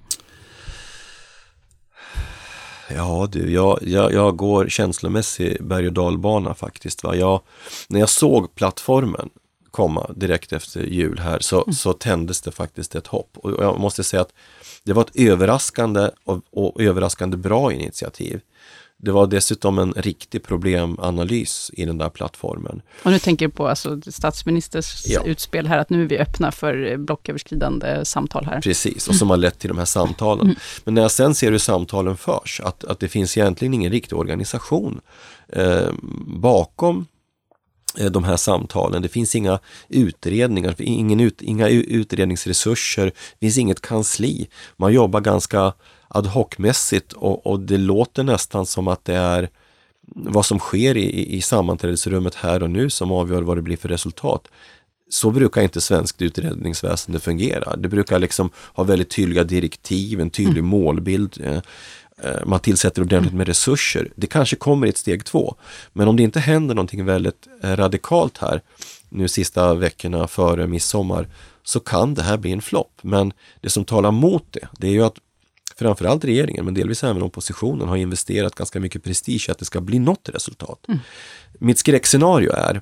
Speaker 4: Ja du, jag, jag, jag går känslomässig berg- och dalbana faktiskt. Va? Jag, när jag såg plattformen komma direkt efter jul här så, mm. så tändes det faktiskt ett hopp. Och jag måste säga att det var ett överraskande och, och överraskande bra initiativ. Det var dessutom en riktig problemanalys i den där plattformen.
Speaker 2: Och nu tänker jag på alltså, statsministers ja. utspel här att nu är vi öppna för blocköverskridande samtal här.
Speaker 4: Precis, och som har lett till de här samtalen. Mm. Men när jag sen ser hur samtalen förs, att, att det finns egentligen ingen riktig organisation eh, bakom eh, de här samtalen. Det finns inga utredningar, ingen ut, inga utredningsresurser, det finns inget kansli. Man jobbar ganska ad hoc-mässigt och, och det låter nästan som att det är vad som sker i, i sammanträdesrummet här och nu som avgör vad det blir för resultat. Så brukar inte svenskt utredningsväsende fungera. Det brukar liksom ha väldigt tydliga direktiv, en tydlig mm. målbild. Man tillsätter ordentligt med resurser. Det kanske kommer i ett steg två. Men om det inte händer någonting väldigt radikalt här nu sista veckorna före midsommar så kan det här bli en flopp. Men det som talar mot det, det är ju att framförallt regeringen, men delvis även oppositionen har investerat ganska mycket prestige att det ska bli något resultat. Mm. Mitt skräckscenario är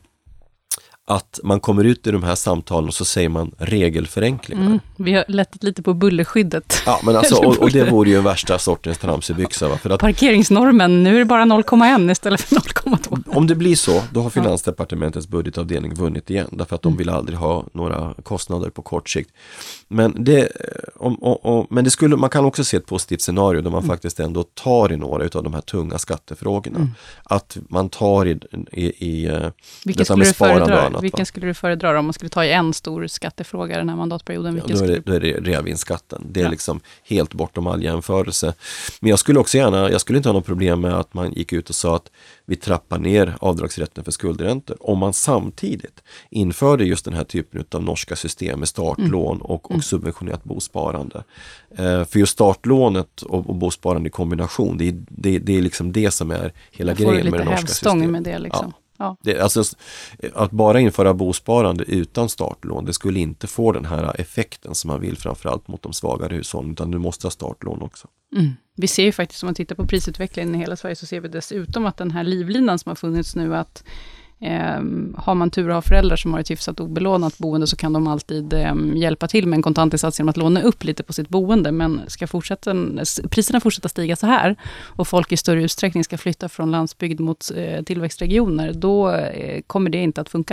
Speaker 4: att man kommer ut i de här samtalen och så säger man regelförenklingar. Mm.
Speaker 2: Vi har lättat lite på bullerskyddet.
Speaker 4: Ja, men alltså, och, och det vore ju värsta sortens trams i byxa. Va? För att,
Speaker 2: parkeringsnormen, nu är det bara noll komma ett istället för noll komma två.
Speaker 4: Om det blir så, då har Finansdepartementets budgetavdelning vunnit igen. Därför att de vill aldrig ha några kostnader på kort sikt. Men det, om, och, och, men det skulle, man kan också se ett positivt scenario där man mm. faktiskt ändå tar i några av de här tunga skattefrågorna. Mm. Att man tar i, i, i detta med sparande och annat.
Speaker 2: Vilken skulle du föredra om man skulle ta i en stor skattefråga den här mandatperioden?
Speaker 4: Ja, då, är det, då är det reavinstskatten. Det är ja. liksom helt bortom all jämförelse. Men jag skulle också gärna, jag skulle inte ha något problem med att man gick ut och sa att vi trappar ner avdragsrätten för skuldräntor. Om man samtidigt införde just den här typen av norska system med startlån mm. och, och subventionerat bosparande. Eh, för just startlånet och, och bosparande i kombination, det är, det, det är liksom det som är hela grejen med det norska systemet.
Speaker 2: Med det liksom. Ja. Ja.
Speaker 4: Det, alltså, att bara införa bosparande utan startlån, det skulle inte få den här effekten som man vill framförallt mot de svagare hushållen, utan du måste ha startlån också.
Speaker 2: Mm. Vi ser ju faktiskt, om man tittar på prisutvecklingen i hela Sverige, så ser vi dessutom att den här livlinan som har funnits nu, att eh, har man tur att ha föräldrar som har ett hyfsat obelånat boende, så kan de alltid eh, hjälpa till med en kontantinsats genom att låna upp lite på sitt boende. Men ska fortsätta, priserna fortsätta stiga så här och folk i större utsträckning ska flytta från landsbygd mot eh, tillväxtregioner, då eh, kommer det inte att funka längre.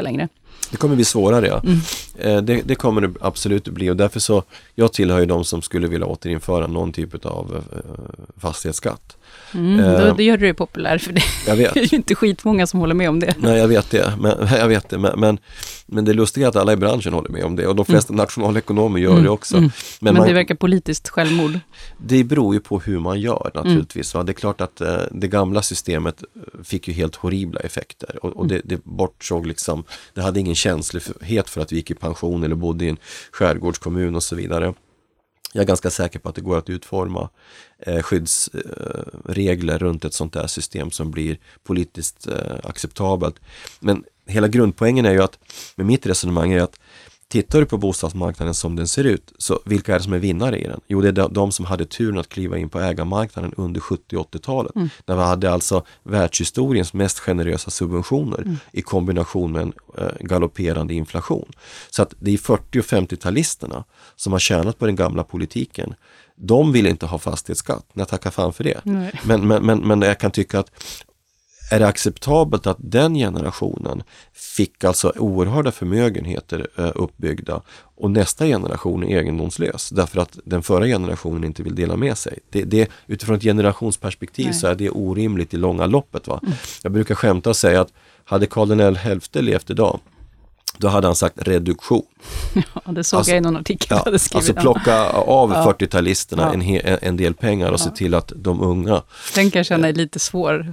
Speaker 4: Det kommer bli svårare, ja.
Speaker 2: Mm.
Speaker 4: Eh, det, det kommer det absolut att bli, och därför så, jag tillhör ju de som skulle vilja återinföra någon typ av eh, fastighetsskatt.
Speaker 2: Mm,
Speaker 4: eh,
Speaker 2: då, det gör du ju populär, för det
Speaker 4: jag vet.
Speaker 2: är ju inte skitmånga som håller med om det.
Speaker 4: Nej, jag vet det. Men, jag vet det. Men, men, men det är lustigt att alla i branschen håller med om det, och de flesta mm. nationalekonomer gör
Speaker 2: mm.
Speaker 4: det också.
Speaker 2: Mm.
Speaker 4: Men,
Speaker 2: men
Speaker 4: man,
Speaker 2: det verkar politiskt självmord.
Speaker 4: Det beror ju på hur man gör naturligtvis. Mm. Va? Det är klart att eh, det gamla systemet fick ju helt horribla effekter, och, och det, det bortsåg liksom, det hade ingen känslighet för att vi gick i pension eller bodde i en skärgårdskommun och så vidare. Jag är ganska säker på att det går att utforma eh, skyddsregler eh, runt ett sånt där system som blir politiskt eh, acceptabelt. Men hela grundpoängen är ju att, med mitt resonemang är att tittar du på bostadsmarknaden som den ser ut, så vilka är det som är vinnare i den? Jo, det är de, de som hade turen att kliva in på ägarmarknaden under sjuttio- och åttiotalet. Mm. När vi hade alltså världshistoriens mest generösa subventioner mm. i kombination med en eh, galopperande inflation. Så att det är fyrtio- och femtio-talisterna som har tjänat på den gamla politiken. De vill inte ha fastighetsskatt. Jag tackar fan för det. Men, men, men, men jag kan tycka att är det acceptabelt att den generationen fick alltså oerhörda förmögenheter eh, uppbyggda, och nästa generation är egendomslös därför att den förra generationen inte vill dela med sig? Det, det, utifrån ett generationsperspektiv Nej. Så är det orimligt i långa loppet. Va? Mm. Jag brukar skämta och säga att hade Karl den elfte levt idag, då hade han sagt reduktion.
Speaker 2: Ja, det såg
Speaker 4: alltså,
Speaker 2: jag i någon artikel.
Speaker 4: Ja, alltså plocka av ja. fyrtio-talisterna ja. en, he, en del pengar och ja. se till att de unga...
Speaker 2: Den kan känna är lite svår...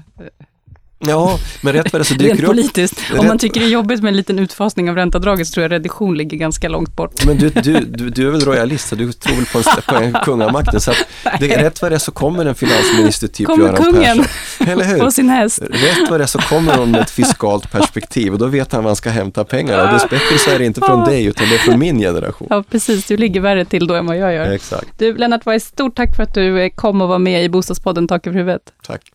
Speaker 4: Ja, men rätt vad det så dyker
Speaker 2: Rent
Speaker 4: upp.
Speaker 2: politiskt.
Speaker 4: Rätt...
Speaker 2: Om man tycker det är jobbigt med en liten utfasning av ränteavdraget, så tror jag reduktion ligger ganska långt bort.
Speaker 4: Men du, du, du, du är väl royalist, så du tror väl på en, på en kungamakten. Så att det, rätt vad det så kommer en finansminister typ
Speaker 2: kommer
Speaker 4: Göran
Speaker 2: kungen
Speaker 4: Persson. Eller hur?
Speaker 2: På sin häst.
Speaker 4: Rätt vad det så kommer hon med ett fiskalt perspektiv, och då vet han var han ska hämta pengar. Och dessbättre så är det inte från dig, utan det är från min generation.
Speaker 2: Ja, precis. Du ligger värre till då än vad jag gör.
Speaker 4: Exakt.
Speaker 2: Du, Lennart Weiss, stort tack för att du kom och var med i Bostadspodden Tak över huvudet.
Speaker 4: Tack.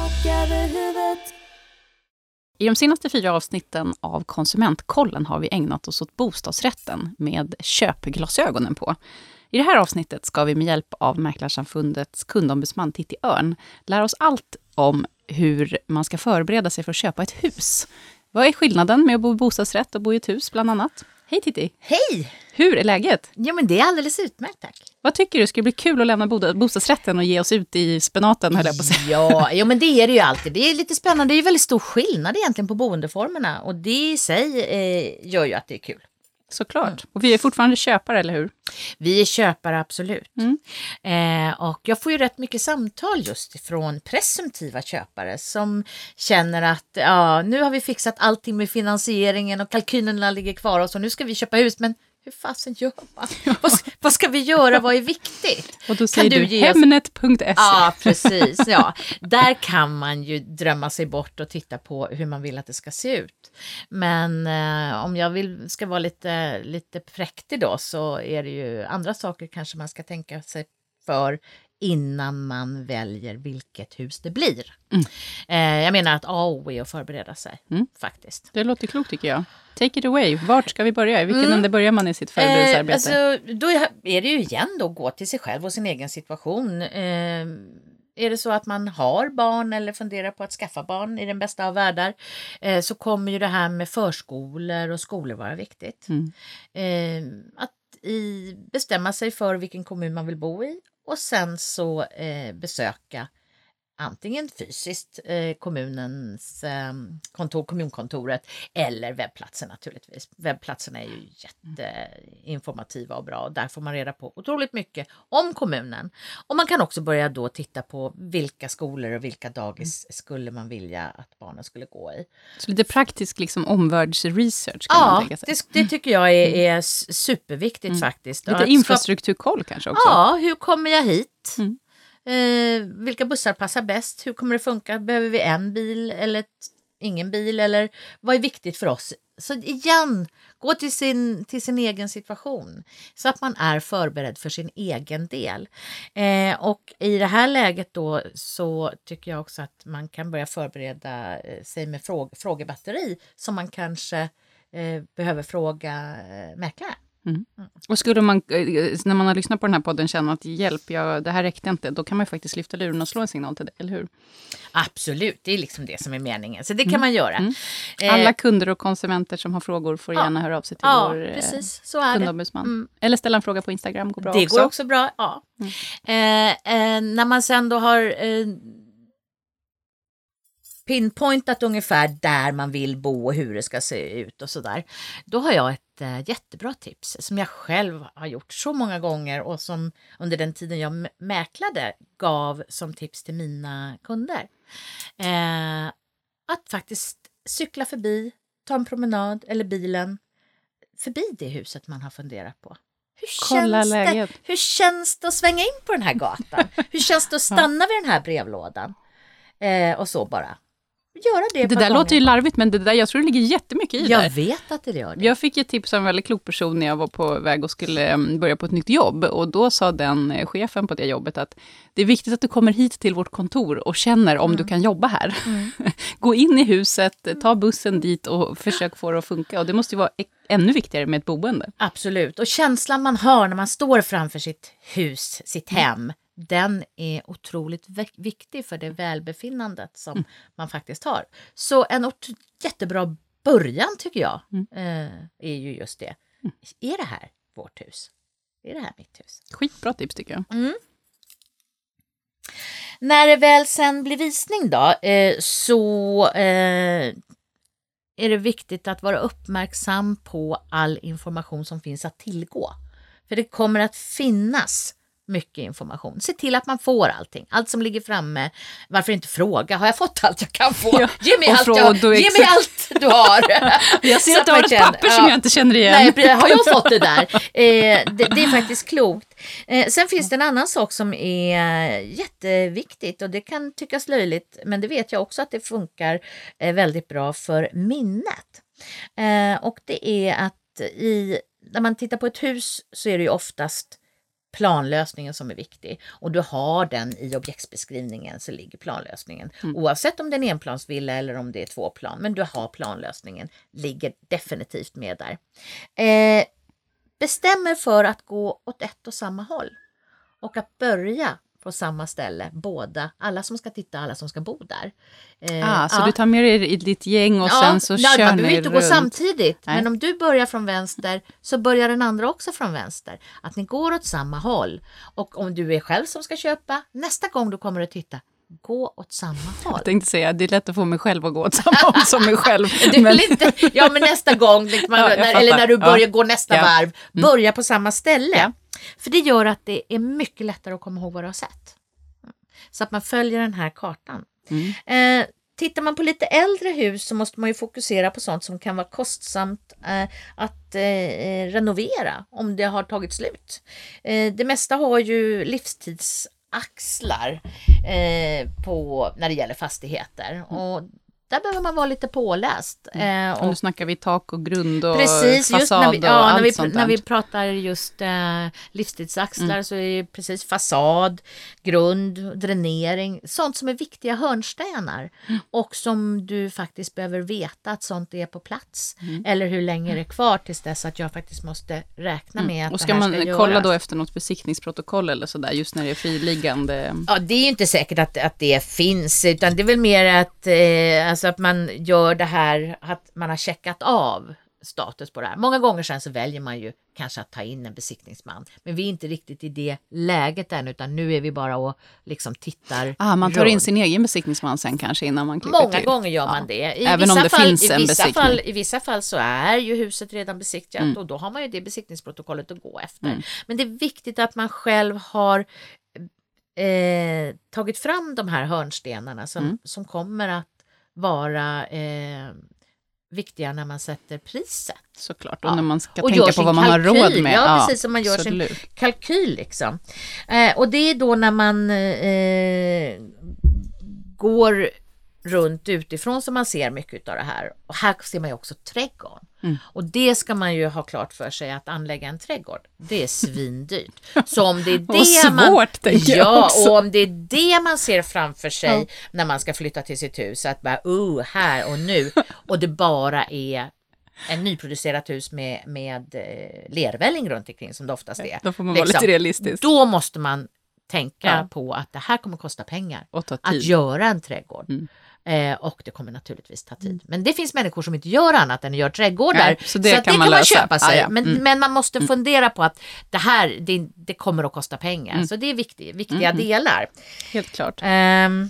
Speaker 1: I de senaste fyra avsnitten av Konsumentkollen har vi ägnat oss åt bostadsrätten med köpglasögonen på. I det här avsnittet ska vi med hjälp av Mäklarsamfundets kundombudsman Titti Örn lära oss allt om hur man ska förbereda sig för att köpa ett hus. Vad är skillnaden med att bo i bostadsrätt och bo i ett hus bland annat? Hej Titti!
Speaker 3: Hej!
Speaker 1: Hur är läget?
Speaker 3: Ja, men det är alldeles utmärkt, tack.
Speaker 1: Vad tycker du? Ska det bli kul att lämna bostadsrätten och ge oss ut i spenaten, höll jag på att säga?
Speaker 3: Ja, jo, men det är det ju alltid. Det är lite spännande. Det är ju väldigt stor skillnad egentligen på boendeformerna. Och det i sig eh, gör ju att det är kul.
Speaker 1: Såklart. Mm. Och vi är fortfarande köpare, eller hur?
Speaker 3: Vi är köpare, absolut.
Speaker 1: Mm.
Speaker 3: Eh, och jag får ju rätt mycket samtal just från presumtiva köpare som känner att ja, nu har vi fixat allting med finansieringen och kalkylerna ligger kvar och så nu ska vi köpa hus, men hur fasen gör man? vad, vad ska vi göra? Vad är viktigt?
Speaker 1: Och då säger
Speaker 3: kan
Speaker 1: du,
Speaker 3: du
Speaker 1: hemnet punkt se.
Speaker 3: Ja, precis. Ja. Där kan man ju drömma sig bort och titta på hur man vill att det ska se ut. Men eh, om jag vill, ska vara lite, lite präktig då, så är det ju andra saker kanske man ska tänka sig för innan man väljer vilket hus det blir. Mm. Eh, jag menar att A och O är att förbereda sig, mm. faktiskt.
Speaker 1: Det låter klokt tycker jag. Take it away. Vart ska vi börja? I vilken mm. ände börjar man i sitt förberedelsearbete?
Speaker 3: Eh, alltså, då är det ju igen då gå till sig själv och sin egen situation. Eh, är det så att man har barn eller funderar på att skaffa barn i den bästa av världar, eh, så kommer ju det här med förskolor och skolor vara viktigt. Mm. Eh, att i, bestämma sig för vilken kommun man vill bo i. Och sen så eh, besöka antingen fysiskt eh, kommunens eh, kontor, kommunkontoret eller webbplatsen naturligtvis. Webbplatserna är ju jätteinformativa och bra. Där får man reda på otroligt mycket om kommunen. Och man kan också börja då titta på vilka skolor och vilka dagis skulle man vilja att barnen skulle gå i.
Speaker 1: Så lite praktisk liksom omvärldsresearch kan
Speaker 3: ja,
Speaker 1: man tänka sig.
Speaker 3: Ja, det, det tycker jag är, är superviktigt mm. faktiskt.
Speaker 1: Lite infrastrukturkoll kanske också.
Speaker 3: Ja, hur kommer jag hit?
Speaker 1: Mm.
Speaker 3: Eh, vilka bussar passar bäst? Hur kommer det funka? Behöver vi en bil eller ett, ingen bil? Eller vad är viktigt för oss? Så igen, gå till sin, till sin egen situation. Så att man är förberedd för sin egen del. Eh, och i det här läget då så tycker jag också att man kan börja förbereda sig med fråg, frågebatteri. Som man kanske eh, behöver fråga eh, mäklare.
Speaker 2: Mm. Och skulle man, när man har lyssnat på den här podden, känna att hjälp, jag, det här räckte inte, då kan man ju faktiskt lyfta luren och slå en signal till det, eller hur?
Speaker 3: Absolut, det är liksom det som är meningen. Så det kan mm. man göra. Mm.
Speaker 2: Alla kunder och konsumenter som har frågor får
Speaker 3: ja.
Speaker 2: gärna höra av sig till
Speaker 3: ja,
Speaker 2: vår
Speaker 3: precis. Så är
Speaker 2: kundombudsman. Mm. Eller ställa en fråga på Instagram, går bra
Speaker 3: det
Speaker 2: också.
Speaker 3: Det går också bra, ja. Mm. Eh, eh, när man sen då har... Eh, pinpointat ungefär där man vill bo och hur det ska se ut och sådär. Då har jag ett äh, jättebra tips som jag själv har gjort så många gånger och som under den tiden jag m- mäklade gav som tips till mina kunder. Eh, att faktiskt cykla förbi, ta en promenad eller bilen förbi det huset man har funderat på. Hur känns, det, hur känns det att svänga in på den här gatan? Hur känns det att stanna vid den här brevlådan? Eh, och så bara. Göra det
Speaker 2: det där gånger. Låter ju larvigt, men det där, jag tror det ligger jättemycket i det.
Speaker 3: Jag vet att det gör det.
Speaker 2: Jag fick ett tips av en väldigt klok person när jag var på väg och skulle börja på ett nytt jobb. Och då sa den chefen på det jobbet att det är viktigt att du kommer hit till vårt kontor och känner om mm. du kan jobba här. Mm. Gå in i huset, ta bussen dit och försök få det att funka. Och det måste ju vara ännu viktigare med ett boende.
Speaker 3: Absolut. Och känslan man har när man står framför sitt hus, sitt hem, mm. den är otroligt viktig för det välbefinnandet som mm. man faktiskt har. Så en ort- jättebra början tycker jag mm. eh, är ju just det. Mm. Är det här vårt hus? Är det här mitt hus?
Speaker 2: Skitbra tips tycker jag.
Speaker 3: Mm. När det väl sen blir visning då eh, så eh, är det viktigt att vara uppmärksam på all information som finns att tillgå. För det kommer att finnas mycket information. Se till att man får allting. Allt som ligger framme. Varför inte fråga? Har jag fått allt jag kan få? Ja, ge mig, allt, jag, ge mig allt du har.
Speaker 2: Jag ser att du har ett papper ja. som jag inte känner igen.
Speaker 3: Nej, har jag fått det där? Eh, det, det är faktiskt klokt. Eh, sen finns det en annan sak som är jätteviktigt och det kan tyckas löjligt, men det vet jag också att det funkar eh, väldigt bra för minnet. Eh, och det är att i, när man tittar på ett hus så är det ju oftast planlösningen som är viktig. Och du har den i objektsbeskrivningen så ligger planlösningen. Mm. Oavsett om det är en enplansvilla eller om det är två plan. Men du har planlösningen. Ligger definitivt med där. Eh, bestämmer för att gå åt ett och samma håll. Och att börja på samma ställe. Båda. Alla som ska titta, alla som ska bo där.
Speaker 2: Eh, ah, så ja. Du tar med dig i ditt gäng och ja, sen så
Speaker 3: ja,
Speaker 2: kör
Speaker 3: man
Speaker 2: ni
Speaker 3: behöver inte
Speaker 2: runt.
Speaker 3: gå samtidigt.
Speaker 2: Nej.
Speaker 3: Men om du börjar från vänster så börjar den andra också från vänster. Att ni går åt samma håll. Och om du är själv som ska köpa, nästa gång du kommer att titta, gå åt samma håll.
Speaker 2: Jag tänkte säga, det är lätt att få mig själv att gå åt samma håll som mig själv.
Speaker 3: Du men... inte, ja, men nästa gång, man, ja, när, eller när du börjar ja. gå nästa ja. varv, börja mm. på samma ställe. Ja. För det gör att det är mycket lättare att komma ihåg vad du har sett. Så att man följer den här kartan. Mm. Eh, tittar man på lite äldre hus så måste man ju fokusera på sånt som kan vara kostsamt eh, att eh, renovera om det har tagit slut. Eh, det mesta har ju livstidsaxlar eh, på, när det gäller fastigheter. Mm. Och där behöver man vara lite påläst.
Speaker 2: Mm. Och nu snackar vi tak och grund och
Speaker 3: precis,
Speaker 2: fasad
Speaker 3: just när vi,
Speaker 2: och
Speaker 3: ja,
Speaker 2: allt
Speaker 3: när vi,
Speaker 2: sånt
Speaker 3: när
Speaker 2: där.
Speaker 3: vi pratar just eh, livstidsaxlar mm. så är det precis fasad, grund, dränering. Sånt som är viktiga hörnstenar. Mm. Och som du faktiskt behöver veta att sånt är på plats. Mm. Eller hur länge det är kvar tills dess att jag faktiskt måste räkna med mm. att
Speaker 2: och ska
Speaker 3: det här
Speaker 2: man
Speaker 3: ska göras.
Speaker 2: kolla då efter något besiktningsprotokoll eller sådär just när det är friliggande?
Speaker 3: Ja, det är ju inte säkert att, att det finns, utan det är väl mer att eh, alltså att man gör det här, att man har checkat av status på det här. Många gånger sen så väljer man ju kanske att ta in en besiktningsman. Men vi är inte riktigt i det läget än, utan nu är vi bara och liksom tittar.
Speaker 2: Ah, man tar
Speaker 3: runt.
Speaker 2: in sin egen besiktningsman sen kanske innan man klipper
Speaker 3: Många
Speaker 2: till.
Speaker 3: gånger gör man
Speaker 2: ja.
Speaker 3: det. I
Speaker 2: Även om det
Speaker 3: fall,
Speaker 2: finns en
Speaker 3: i vissa
Speaker 2: besiktning.
Speaker 3: Fall, I vissa fall så är ju huset redan besiktat mm. och då har man ju det besiktningsprotokollet att gå efter. Mm. Men det är viktigt att man själv har eh, tagit fram de här hörnstenarna som, mm. som kommer att vara eh, viktiga när man sätter priset.
Speaker 2: Såklart, och ja. när man ska
Speaker 3: och
Speaker 2: tänka på vad man
Speaker 3: kalkyl.
Speaker 2: har råd med.
Speaker 3: Ja,
Speaker 2: ja
Speaker 3: precis, som man gör
Speaker 2: absolut.
Speaker 3: sin kalkyl liksom. Eh, och det är då när man eh, går runt utifrån som man ser mycket av det här. Och här ser man ju också trädgården. Mm. Och det ska man ju ha klart för sig att anlägga en trädgård. Det är svindyrt. Så om det är det
Speaker 2: svårt,
Speaker 3: man
Speaker 2: tänker
Speaker 3: ja,
Speaker 2: jag också.
Speaker 3: och om det är det man ser framför sig
Speaker 2: ja.
Speaker 3: när man ska flytta till sitt hus, att bara oh, här och nu och det bara är en nyproducerat hus med, med eh, lervälling runt omkring som det oftast är.
Speaker 2: Då får man vara lite realistisk.
Speaker 3: Då måste man tänka
Speaker 2: Ja.
Speaker 3: på att det här kommer kosta pengar.
Speaker 2: Och ta tid.
Speaker 3: Att göra en trädgård.
Speaker 2: Mm.
Speaker 3: Eh, och det kommer naturligtvis ta tid. Men det finns människor som inte gör annat än att göra trädgårdar.
Speaker 2: Nej, så det
Speaker 3: så
Speaker 2: kan
Speaker 3: att det
Speaker 2: man
Speaker 3: kan man
Speaker 2: lösa.
Speaker 3: köpa sig.
Speaker 2: Ah, ja.
Speaker 3: men,
Speaker 2: Mm.
Speaker 3: men man måste fundera på att det här det, det kommer att kosta pengar.
Speaker 2: Mm.
Speaker 3: Så det är viktig, viktiga
Speaker 2: Mm.
Speaker 3: delar.
Speaker 2: Helt klart.
Speaker 3: Ehm,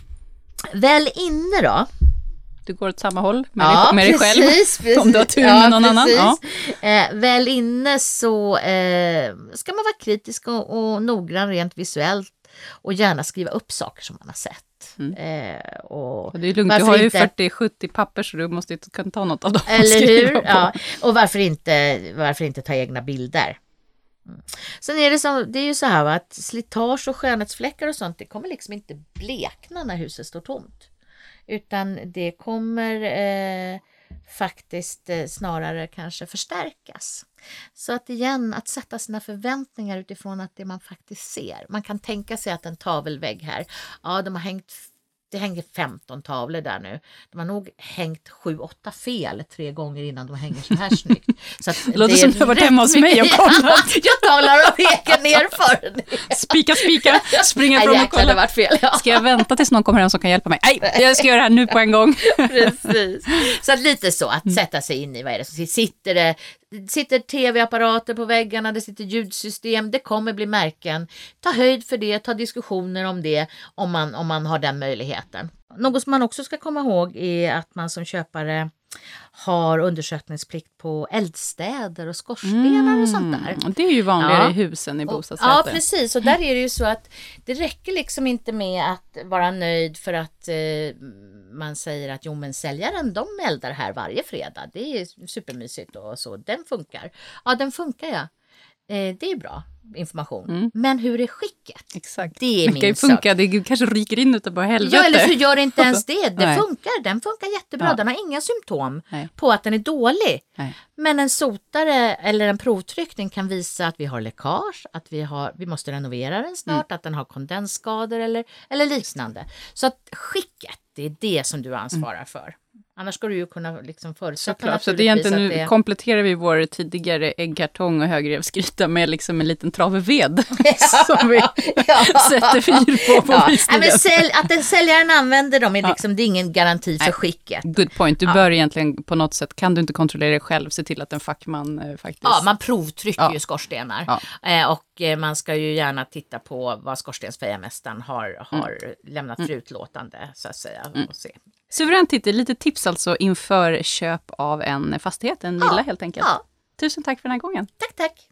Speaker 3: väl inne då?
Speaker 2: Du går åt samma håll med, dig, med dig själv.
Speaker 3: Precis,
Speaker 2: om du har tur
Speaker 3: ja,
Speaker 2: med någon
Speaker 3: precis.
Speaker 2: annan. Ja.
Speaker 3: Eh, väl inne så eh, ska man vara kritisk och, och noggrann rent visuellt och gärna skriva upp saker som man har sett.
Speaker 2: Mm.
Speaker 3: Eh, och
Speaker 2: Det är lugnt, du
Speaker 3: varför
Speaker 2: har ju
Speaker 3: inte-
Speaker 2: fyrtio sjuttio papper så du måste inte kunna ta något av dem. och
Speaker 3: Eller
Speaker 2: skriva
Speaker 3: hur?
Speaker 2: på.
Speaker 3: Ja. Och varför inte, varför inte ta egna bilder? Mm. Sen är det, så, det är ju så här va, att slitage och skönhetsfläckar och sånt, det kommer liksom inte blekna när huset står tomt. Utan det kommer eh, faktiskt eh, snarare kanske förstärkas. Så att igen, att sätta sina förväntningar utifrån att det man faktiskt ser. Man kan tänka sig att en tavelvägg här, ja de har hängt, det hänger femton tavlor där nu. De har nog hängt sju, åtta fel tre gånger innan de hänger så här snyggt. Så att
Speaker 2: Det låter
Speaker 3: är
Speaker 2: som du har varit
Speaker 3: rätt
Speaker 2: hemma hos mig och
Speaker 3: mycket-
Speaker 2: kollat.
Speaker 3: Jag talar av egen erfarenhet.
Speaker 2: Spika, spika, springa
Speaker 3: Nej,
Speaker 2: fram och
Speaker 3: jäklar, det
Speaker 2: kolla.
Speaker 3: vart fel. Ja.
Speaker 2: Ska jag vänta tills någon kommer hem som kan hjälpa mig? Nej, jag ska göra det här nu på en gång.
Speaker 3: Precis. Så att lite så, att sätta sig in i vad är det som sitter det. Sitter tv-apparater på väggarna, det sitter ljudsystem, det kommer bli märken. Ta höjd för det, ta diskussioner om det om man, om man har den möjligheten. Något som man också ska komma ihåg är att man som köpare har undersökningsplikt på eldstäder och skorstenar och sånt där.
Speaker 2: Mm, det är ju vanligare
Speaker 3: Ja.
Speaker 2: i husen i
Speaker 3: Och-
Speaker 2: bostadsrätter.
Speaker 3: Ja, precis. Och där är det ju så att det räcker liksom inte med att vara nöjd för att eh, man säger att jo men säljaren de eldar här varje fredag. Det är supermysigt och så. Den funkar. Ja, den funkar ja. Eh, det är bra information.
Speaker 2: Mm.
Speaker 3: Men hur är skicket?
Speaker 2: Exakt.
Speaker 3: Det är
Speaker 2: Det kan ju
Speaker 3: min
Speaker 2: funka, det kanske ryker in utav bara helvete.
Speaker 3: Ja, eller så gör det inte ens det. Det
Speaker 2: Nej.
Speaker 3: funkar. Den funkar jättebra.
Speaker 2: Ja.
Speaker 3: Den har inga symptom
Speaker 2: Nej.
Speaker 3: på att den är dålig.
Speaker 2: Nej.
Speaker 3: Men en sotare eller en provtryckning kan visa att vi har läckage, att vi, har, vi måste renovera den snart,
Speaker 2: Mm.
Speaker 3: att den har kondensskador eller, eller liknande. Så att skicket, det är det som du ansvarar
Speaker 2: Mm.
Speaker 3: för. Annars ska du ju kunna liksom förutsätta
Speaker 2: Såklart, så det är
Speaker 3: naturligtvis
Speaker 2: egentligen,
Speaker 3: att
Speaker 2: nu
Speaker 3: det...
Speaker 2: kompletterar vi vår tidigare äggkartong och högrevsgryta med liksom en liten trave ved som vi sätter fyr på på
Speaker 3: ja. Nej,
Speaker 2: visningen.
Speaker 3: men sälj, att den säljaren använder dem är,
Speaker 2: Ja.
Speaker 3: liksom, det är ingen garanti för
Speaker 2: Nej.
Speaker 3: skicket.
Speaker 2: Good point, du
Speaker 3: Ja.
Speaker 2: bör egentligen på något sätt, kan du inte kontrollera det själv, se till att en fackman eh, faktiskt...
Speaker 3: Ja, man provtrycker
Speaker 2: Ja.
Speaker 3: ju skorstenar.
Speaker 2: Ja.
Speaker 3: Eh, och eh, man ska ju gärna titta på vad skorstensfejarmästaren har, har lämnat för utlåtande, så att säga. Och se.
Speaker 2: Suveränt titel, lite tips alltså inför köp av en fastighet, en villa
Speaker 3: Ja.
Speaker 2: helt enkelt.
Speaker 3: Ja.
Speaker 2: Tusen tack för den här gången.
Speaker 3: Tack, tack.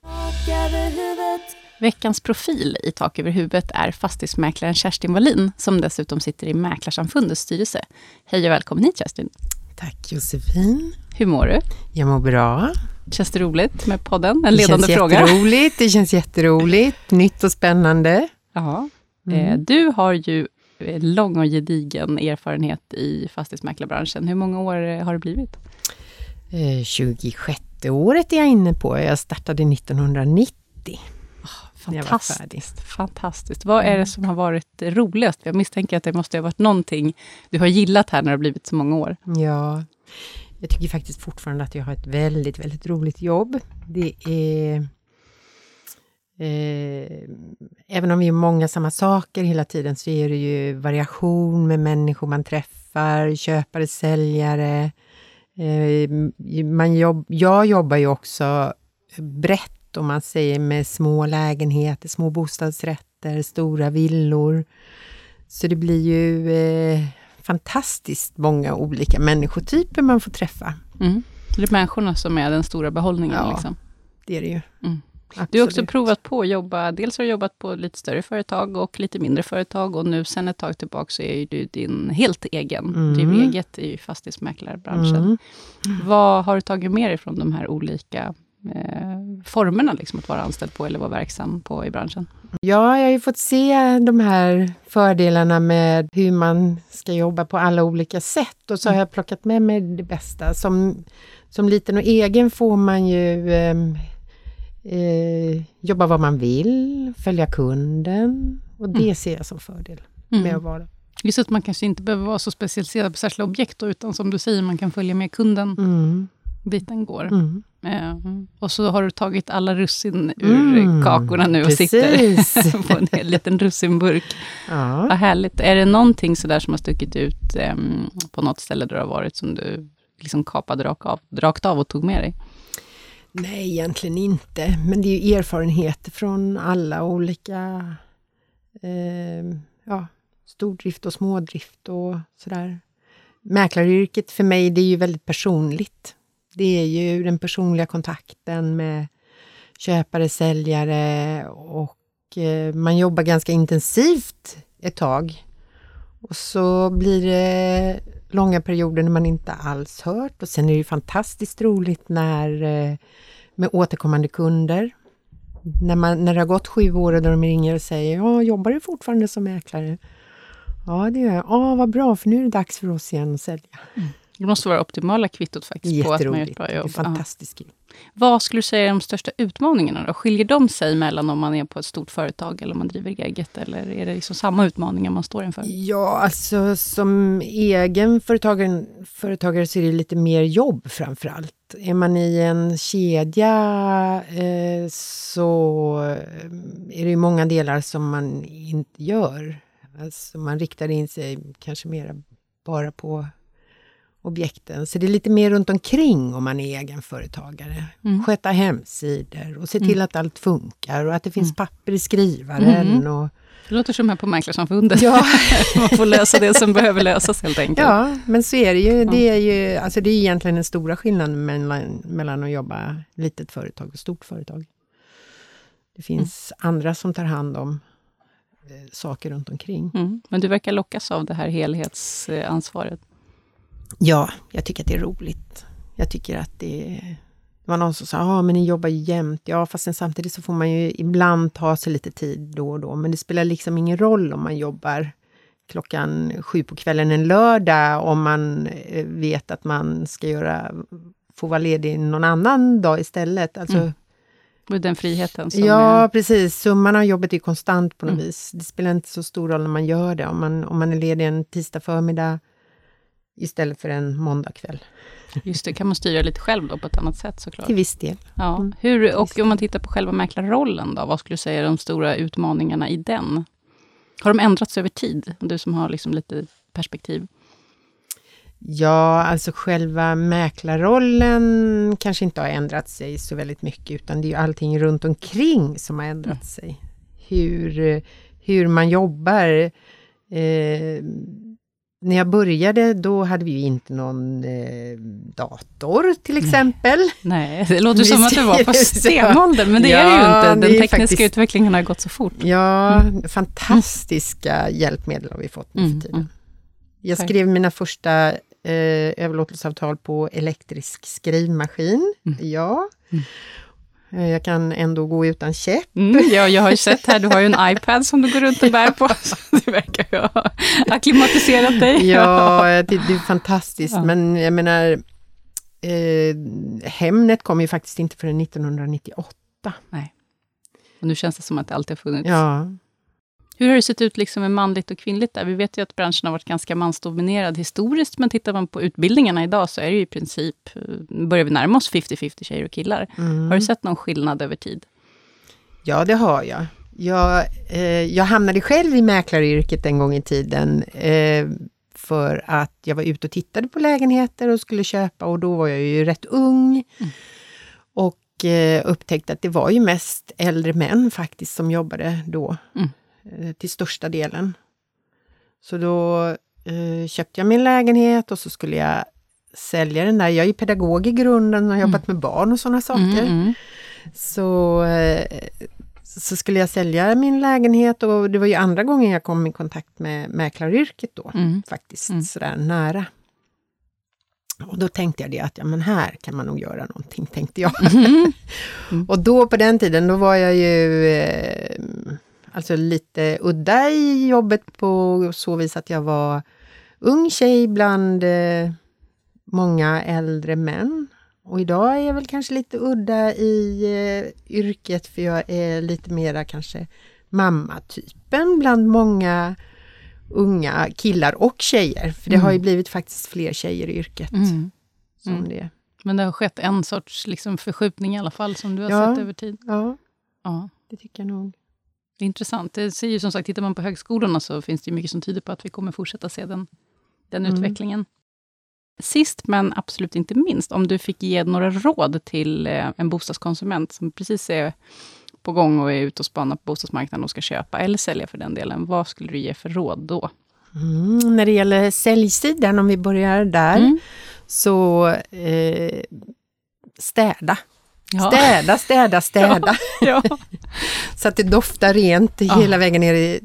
Speaker 1: Veckans profil i Tak över huvudet är fastighetsmäklaren Kerstin Wallin, som dessutom sitter i Mäklarsamfundets styrelse. Hej och välkommen hit Kerstin.
Speaker 5: Tack Josefin.
Speaker 1: Hur mår du?
Speaker 5: Jag mår bra.
Speaker 1: Känns det roligt med podden? En
Speaker 5: Det
Speaker 1: ledande
Speaker 5: känns
Speaker 1: fråga.
Speaker 5: jätteroligt. Det känns jätteroligt. Nytt och spännande.
Speaker 1: Ja.
Speaker 5: Mm.
Speaker 1: Eh, Du har ju eh, lång och gedigen erfarenhet i fastighetsmäklarbranschen. Hur många år eh, har det blivit?
Speaker 5: Eh, tjugosjätte året är jag inne på. Jag startade nittonhundranittio. när jag var färdig.
Speaker 1: Fantastiskt, fantastiskt. Vad är det som har varit roligast? Jag misstänker att det måste ha varit någonting du har gillat här när det har blivit så många år.
Speaker 5: Ja, jag tycker faktiskt fortfarande att jag har ett väldigt, väldigt roligt jobb. Det är... Eh, även om vi gör många samma saker hela tiden så är det ju variation med människor man träffar, köpare, säljare. Eh, man jobb, jag jobbar ju också brett om man säger med små lägenheter, små bostadsrätter, stora villor. Så det blir ju eh, fantastiskt många olika människotyper man får träffa.
Speaker 1: Mm. Det är människorna som är den stora behållningen.
Speaker 5: Ja.
Speaker 1: Liksom.
Speaker 5: Det är det ju.
Speaker 1: Mm.
Speaker 5: Absolut.
Speaker 1: Du har också provat på att jobba, dels har du jobbat på lite större företag och lite mindre företag, och nu sen ett tag tillbaka så är ju du din helt egen,
Speaker 5: Mm.
Speaker 1: driv eget i fastighetsmäklarbranschen.
Speaker 5: Mm.
Speaker 1: Vad har du tagit med dig från de här olika eh, formerna liksom, att vara anställd på eller vara verksam på i branschen?
Speaker 5: Ja, jag har ju fått se de här fördelarna med hur man ska jobba på alla olika sätt. Och så har jag plockat med mig det bästa. Som, som liten och egen får man ju eh, eh, jobba vad man vill, följa kunden. Och det
Speaker 1: Mm.
Speaker 5: ser jag som fördel
Speaker 1: Mm.
Speaker 5: med att vara.
Speaker 1: Just att man kanske inte behöver vara så specialiserad på särskilda objekt då, utan som du säger, man kan följa med kunden
Speaker 5: Mm.
Speaker 2: dit den går.
Speaker 5: Mm.
Speaker 2: Eh, och så har du tagit alla russin ur
Speaker 5: Mm,
Speaker 2: kakorna nu och
Speaker 5: precis.
Speaker 2: sitter på en liten russinburk.
Speaker 5: Ja.
Speaker 2: Vad härligt. Är det någonting så där som har stuckit ut eh, på något ställe där du har varit som du liksom kapade rakt av, rakt av och tog med dig?
Speaker 5: Nej, egentligen inte. Men det är ju erfarenheter från alla olika eh, ja, stordrift och smådrift och sådär. Mäklaryrket för mig, det är ju väldigt personligt. Det är ju den personliga kontakten med köpare, säljare och eh, man jobbar ganska intensivt ett tag. Och så blir det långa perioder när man inte alls hört. Och sen är det ju fantastiskt roligt när eh, med återkommande kunder. När, man, när det har gått sju år och de ringer och säger, ja, jobbar du fortfarande som mäklare? Ja, det gör jag. Ja, vad bra, för nu är det dags för oss igen att sälja.
Speaker 2: Mm. Det måste vara optimala kvittot faktiskt på att man gör ett bra jobb.
Speaker 5: Det är fantastiskt kul.
Speaker 2: Vad skulle du säga är de största utmaningarna då? Skiljer de sig mellan om man är på ett stort företag eller om man driver eget? Eller är det liksom samma utmaningar man står inför?
Speaker 5: Ja, alltså som egen företagare, företagare så är det lite mer jobb framförallt. Är man i en kedja eh, så är det ju många delar som man inte gör. Alltså man riktar in sig kanske mer bara på objekten. Så det är lite mer runt omkring om man är egenföretagare. Mm. Sköta hemsidor och se till mm. att allt funkar och att det finns mm. papper i skrivaren. Mm. Och
Speaker 2: det låter som här på Mäklarsamfundet.
Speaker 5: Ja.
Speaker 2: Man får lösa det som behöver lösas helt enkelt.
Speaker 5: Ja, men så är det ju. Det är ju alltså det är egentligen den stora skillnaden mellan, mellan att jobba litet företag och stort företag. Det finns mm. andra som tar hand om eh, saker runt omkring.
Speaker 2: Mm. Men du verkar lockas av det här helhetsansvaret.
Speaker 5: Ja, jag tycker att det är roligt. Jag tycker att det, det var någon som sa, ja ah, men ni jobbar jämt. Ja, fast sen samtidigt så får man ju ibland ta sig lite tid då och då. Men det spelar liksom ingen roll om man jobbar klockan sju på kvällen en lördag. Om man vet att man ska göra, få vara ledig någon annan dag istället. Alltså, mm.
Speaker 2: Och den friheten. Som
Speaker 5: ja,
Speaker 2: är...
Speaker 5: precis. Summan av jobbet är konstant på något
Speaker 2: mm.
Speaker 5: vis. Det spelar inte så stor roll när man gör det. Om man, om man är ledig en tisdag förmiddag istället för en måndagkväll.
Speaker 2: Just det, kan man styra lite själv då på ett annat sätt såklart.
Speaker 5: Till viss del.
Speaker 2: Ja.
Speaker 5: Mm.
Speaker 2: Hur, och om man tittar på själva mäklarrollen då, vad skulle du säga är de stora utmaningarna i den? Har de ändrats över tid? Du som har liksom lite perspektiv.
Speaker 5: Ja, alltså själva mäklarrollen kanske inte har ändrat sig så väldigt mycket, utan det är ju allting runt omkring som har ändrat mm. sig. Hur, hur man jobbar. Eh, När jag började, då hade vi ju inte någon eh, dator till exempel.
Speaker 2: Nej, det låter som att du var på stenåldern, men det ja, är det ju inte. Den tekniska faktiskt... utvecklingen har gått så fort.
Speaker 5: Ja, mm. fantastiska mm. hjälpmedel har vi fått nu för tiden. Mm. Jag skrev mina första eh, överlåtelseavtal på elektrisk skrivmaskin. Mm. Ja. Mm. Jag kan ändå gå utan käpp.
Speaker 2: Mm, ja, jag har ju sett här, du har ju en iPad som du går runt och bär på. Så det verkar ju ha akklimatiserat dig.
Speaker 5: Ja, det, det är fantastiskt. Ja. Men jag menar, eh, Hemnet kom ju faktiskt inte förrän nittonhundranittioåtta.
Speaker 2: Nej. Och nu känns det som att det alltid har funnits.
Speaker 5: Ja.
Speaker 2: Hur har det sett ut liksom med manligt och kvinnligt där? Vi vet ju att branschen har varit ganska mansdominerad historiskt, men tittar man på utbildningarna idag så är det ju i princip, börjar vi närma oss femtio femtio tjejer och killar. Mm. Har du sett någon skillnad över tid?
Speaker 5: Ja, det har jag. Jag, eh, jag hamnade själv i mäklaryrket en gång i tiden eh, för att jag var ute och tittade på lägenheter och skulle köpa, och då var jag ju rätt ung. Mm. Och eh, upptäckte att det var ju mest äldre män faktiskt som jobbade då. Mm. Till största delen. Så då eh, köpte jag min lägenhet och så skulle jag sälja den där. Jag är ju pedagog i grunden och har jobbat mm. med barn och sådana saker. Mm, mm. Så, eh, så skulle jag sälja min lägenhet, och det var ju andra gången jag kom i kontakt med mäklaryrket då. Mm. Faktiskt mm. sådär nära. Och då tänkte jag det att ja, men här kan man nog göra någonting, tänkte jag. Mm. Mm. Och då på den tiden, då var jag ju... Eh, Alltså lite udda i jobbet på så vis att jag var ung tjej bland eh, många äldre män. Och idag är jag väl kanske lite udda i eh, yrket, för jag är lite mera kanske mammatypen bland många unga killar och tjejer. För det mm. har ju blivit faktiskt fler tjejer i yrket. Mm. Som
Speaker 2: mm.
Speaker 5: det.
Speaker 2: Men det har skett en sorts liksom förskjutning i alla fall som du har
Speaker 5: Ja.
Speaker 2: sett över tid.
Speaker 5: Ja,
Speaker 2: Ja.
Speaker 5: det tycker jag nog.
Speaker 2: Det är intressant. Det säger ju som sagt, tittar man på högskolorna så finns det ju mycket som tyder på att vi kommer fortsätta se den, den
Speaker 5: Mm.
Speaker 2: utvecklingen. Sist men absolut inte minst, om du fick ge några råd till eh, en bostadskonsument som precis är på gång och är ute och spanar på bostadsmarknaden och ska köpa eller sälja för den delen. Vad skulle du ge för råd då?
Speaker 5: Mm, när det gäller säljsidan, om vi börjar där,
Speaker 2: Mm.
Speaker 5: så eh, städa.
Speaker 2: Ja.
Speaker 5: Städa, städa, städa.
Speaker 2: Ja.
Speaker 5: Så att det doftar rent
Speaker 2: Ja.
Speaker 5: hela vägen ner i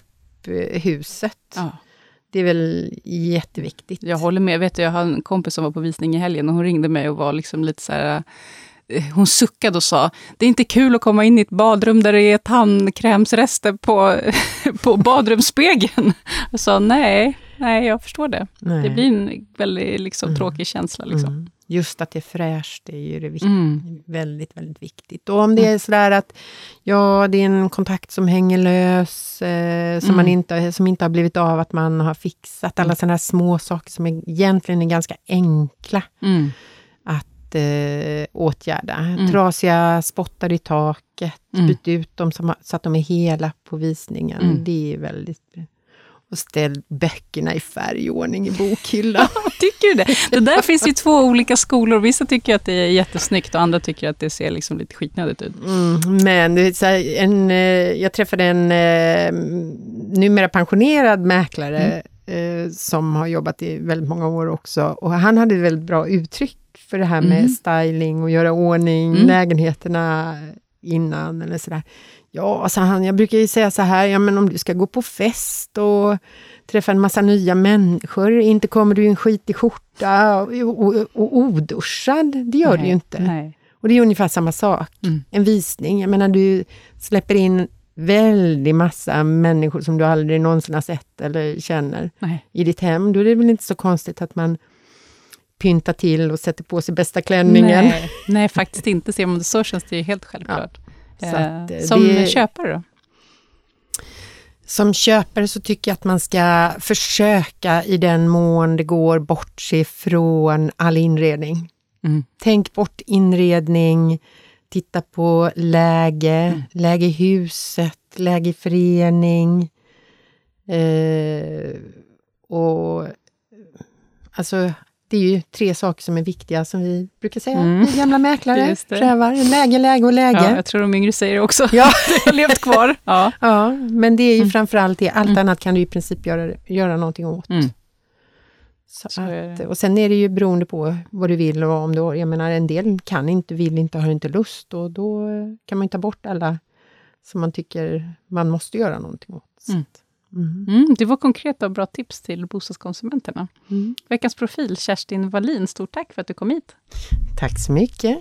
Speaker 5: trapphuset.
Speaker 2: Ja.
Speaker 5: Det är väl jätteviktigt.
Speaker 2: Jag håller med. Vet du, jag har en kompis som var på visning i helgen och hon ringde mig och var liksom lite så här... eh, Hon suckade och sa, det är inte kul att komma in i ett badrum där det är tandkrämsrester på, på badrumsspegeln. Jag sa, nej, nej, jag förstår det.
Speaker 5: Nej.
Speaker 2: Det blir en väldigt liksom,
Speaker 5: Mm.
Speaker 2: tråkig känsla. Liksom.
Speaker 5: Mm. Just att det är fräscht, det är ju det vik-
Speaker 2: Mm.
Speaker 5: väldigt, väldigt viktigt. Och om det är sådär att ja, det är en kontakt som hänger lös, eh, som,
Speaker 2: Mm.
Speaker 5: man inte, som inte har blivit av att man har fixat. Alla sådana här små saker som är, egentligen är ganska enkla
Speaker 2: Mm.
Speaker 5: att eh, åtgärda.
Speaker 2: Mm.
Speaker 5: Trasiga spottar i taket,
Speaker 2: Mm.
Speaker 5: byt ut dem som, så att de är hela på visningen.
Speaker 2: Mm.
Speaker 5: Det är väldigt... Och ställ böckerna i färgordning i bokhyllan.
Speaker 2: Tycker du det? Det där finns ju två olika skolor. Vissa tycker att det är jättesnyggt och andra tycker att det ser liksom lite skitnödigt ut.
Speaker 5: Mm, men det är så här, en, eh, jag träffade en eh, numera pensionerad mäklare
Speaker 2: Mm.
Speaker 5: eh, som har jobbat i väldigt många år också. Och han hade ett väldigt bra uttryck för det här med
Speaker 2: Mm.
Speaker 5: styling och göra ordning
Speaker 2: Mm.
Speaker 5: lägenheterna innan eller sådär. Ja, sa han, jag brukar ju säga så här, ja men om du ska gå på fest och träffa en massa nya människor, inte kommer du i en skitig skjorta och, och, och oduschad, det gör
Speaker 2: Nej,
Speaker 5: du ju inte.
Speaker 2: Nej.
Speaker 5: Och det är ungefär samma sak.
Speaker 2: Mm.
Speaker 5: En visning, jag menar du släpper in väldigt massa människor som du aldrig någonsin har sett eller känner
Speaker 2: Nej.
Speaker 5: i ditt hem. Då är det väl inte så konstigt att man pyntar till och sätter på sig bästa klänningen.
Speaker 2: Nej, nej, faktiskt inte. Ser man det så känns det ju helt självklart.
Speaker 5: Så
Speaker 2: Eh,
Speaker 5: att, eh,
Speaker 2: som
Speaker 5: det-
Speaker 2: köpare då?
Speaker 5: Som köpare så tycker jag att man ska försöka i den mån det går bortse från all inredning.
Speaker 2: Mm.
Speaker 5: Tänk bort inredning, titta på läge, mm. läge i huset, läge i förening. Eh, och alltså det är ju tre saker som är viktiga som vi brukar säga.
Speaker 2: Mm.
Speaker 5: Vi gamla mäklare
Speaker 2: Just det.
Speaker 5: strävar. Läge, läge och läge.
Speaker 2: Ja, jag tror de yngre säger det också.
Speaker 5: Ja.
Speaker 2: Det har levt kvar. Ja.
Speaker 5: Ja, men det är ju
Speaker 2: Mm.
Speaker 5: framförallt det. Allt
Speaker 2: Mm.
Speaker 5: annat kan du i princip göra, göra någonting åt.
Speaker 2: Mm.
Speaker 5: Så
Speaker 2: Så är
Speaker 5: att,
Speaker 2: det.
Speaker 5: och sen är det ju beroende på vad du vill och om du, jag menar en del kan inte, vill inte, har inte lust och då kan man ju ta bort alla som man tycker man måste göra någonting åt. Så
Speaker 2: Mm.
Speaker 5: att, mm.
Speaker 2: Mm, det var konkreta och bra tips till bostadskonsumenterna.
Speaker 5: Mm.
Speaker 2: Veckans profil, Kerstin Wallin, stort tack för att du kom hit.
Speaker 5: Tack så mycket.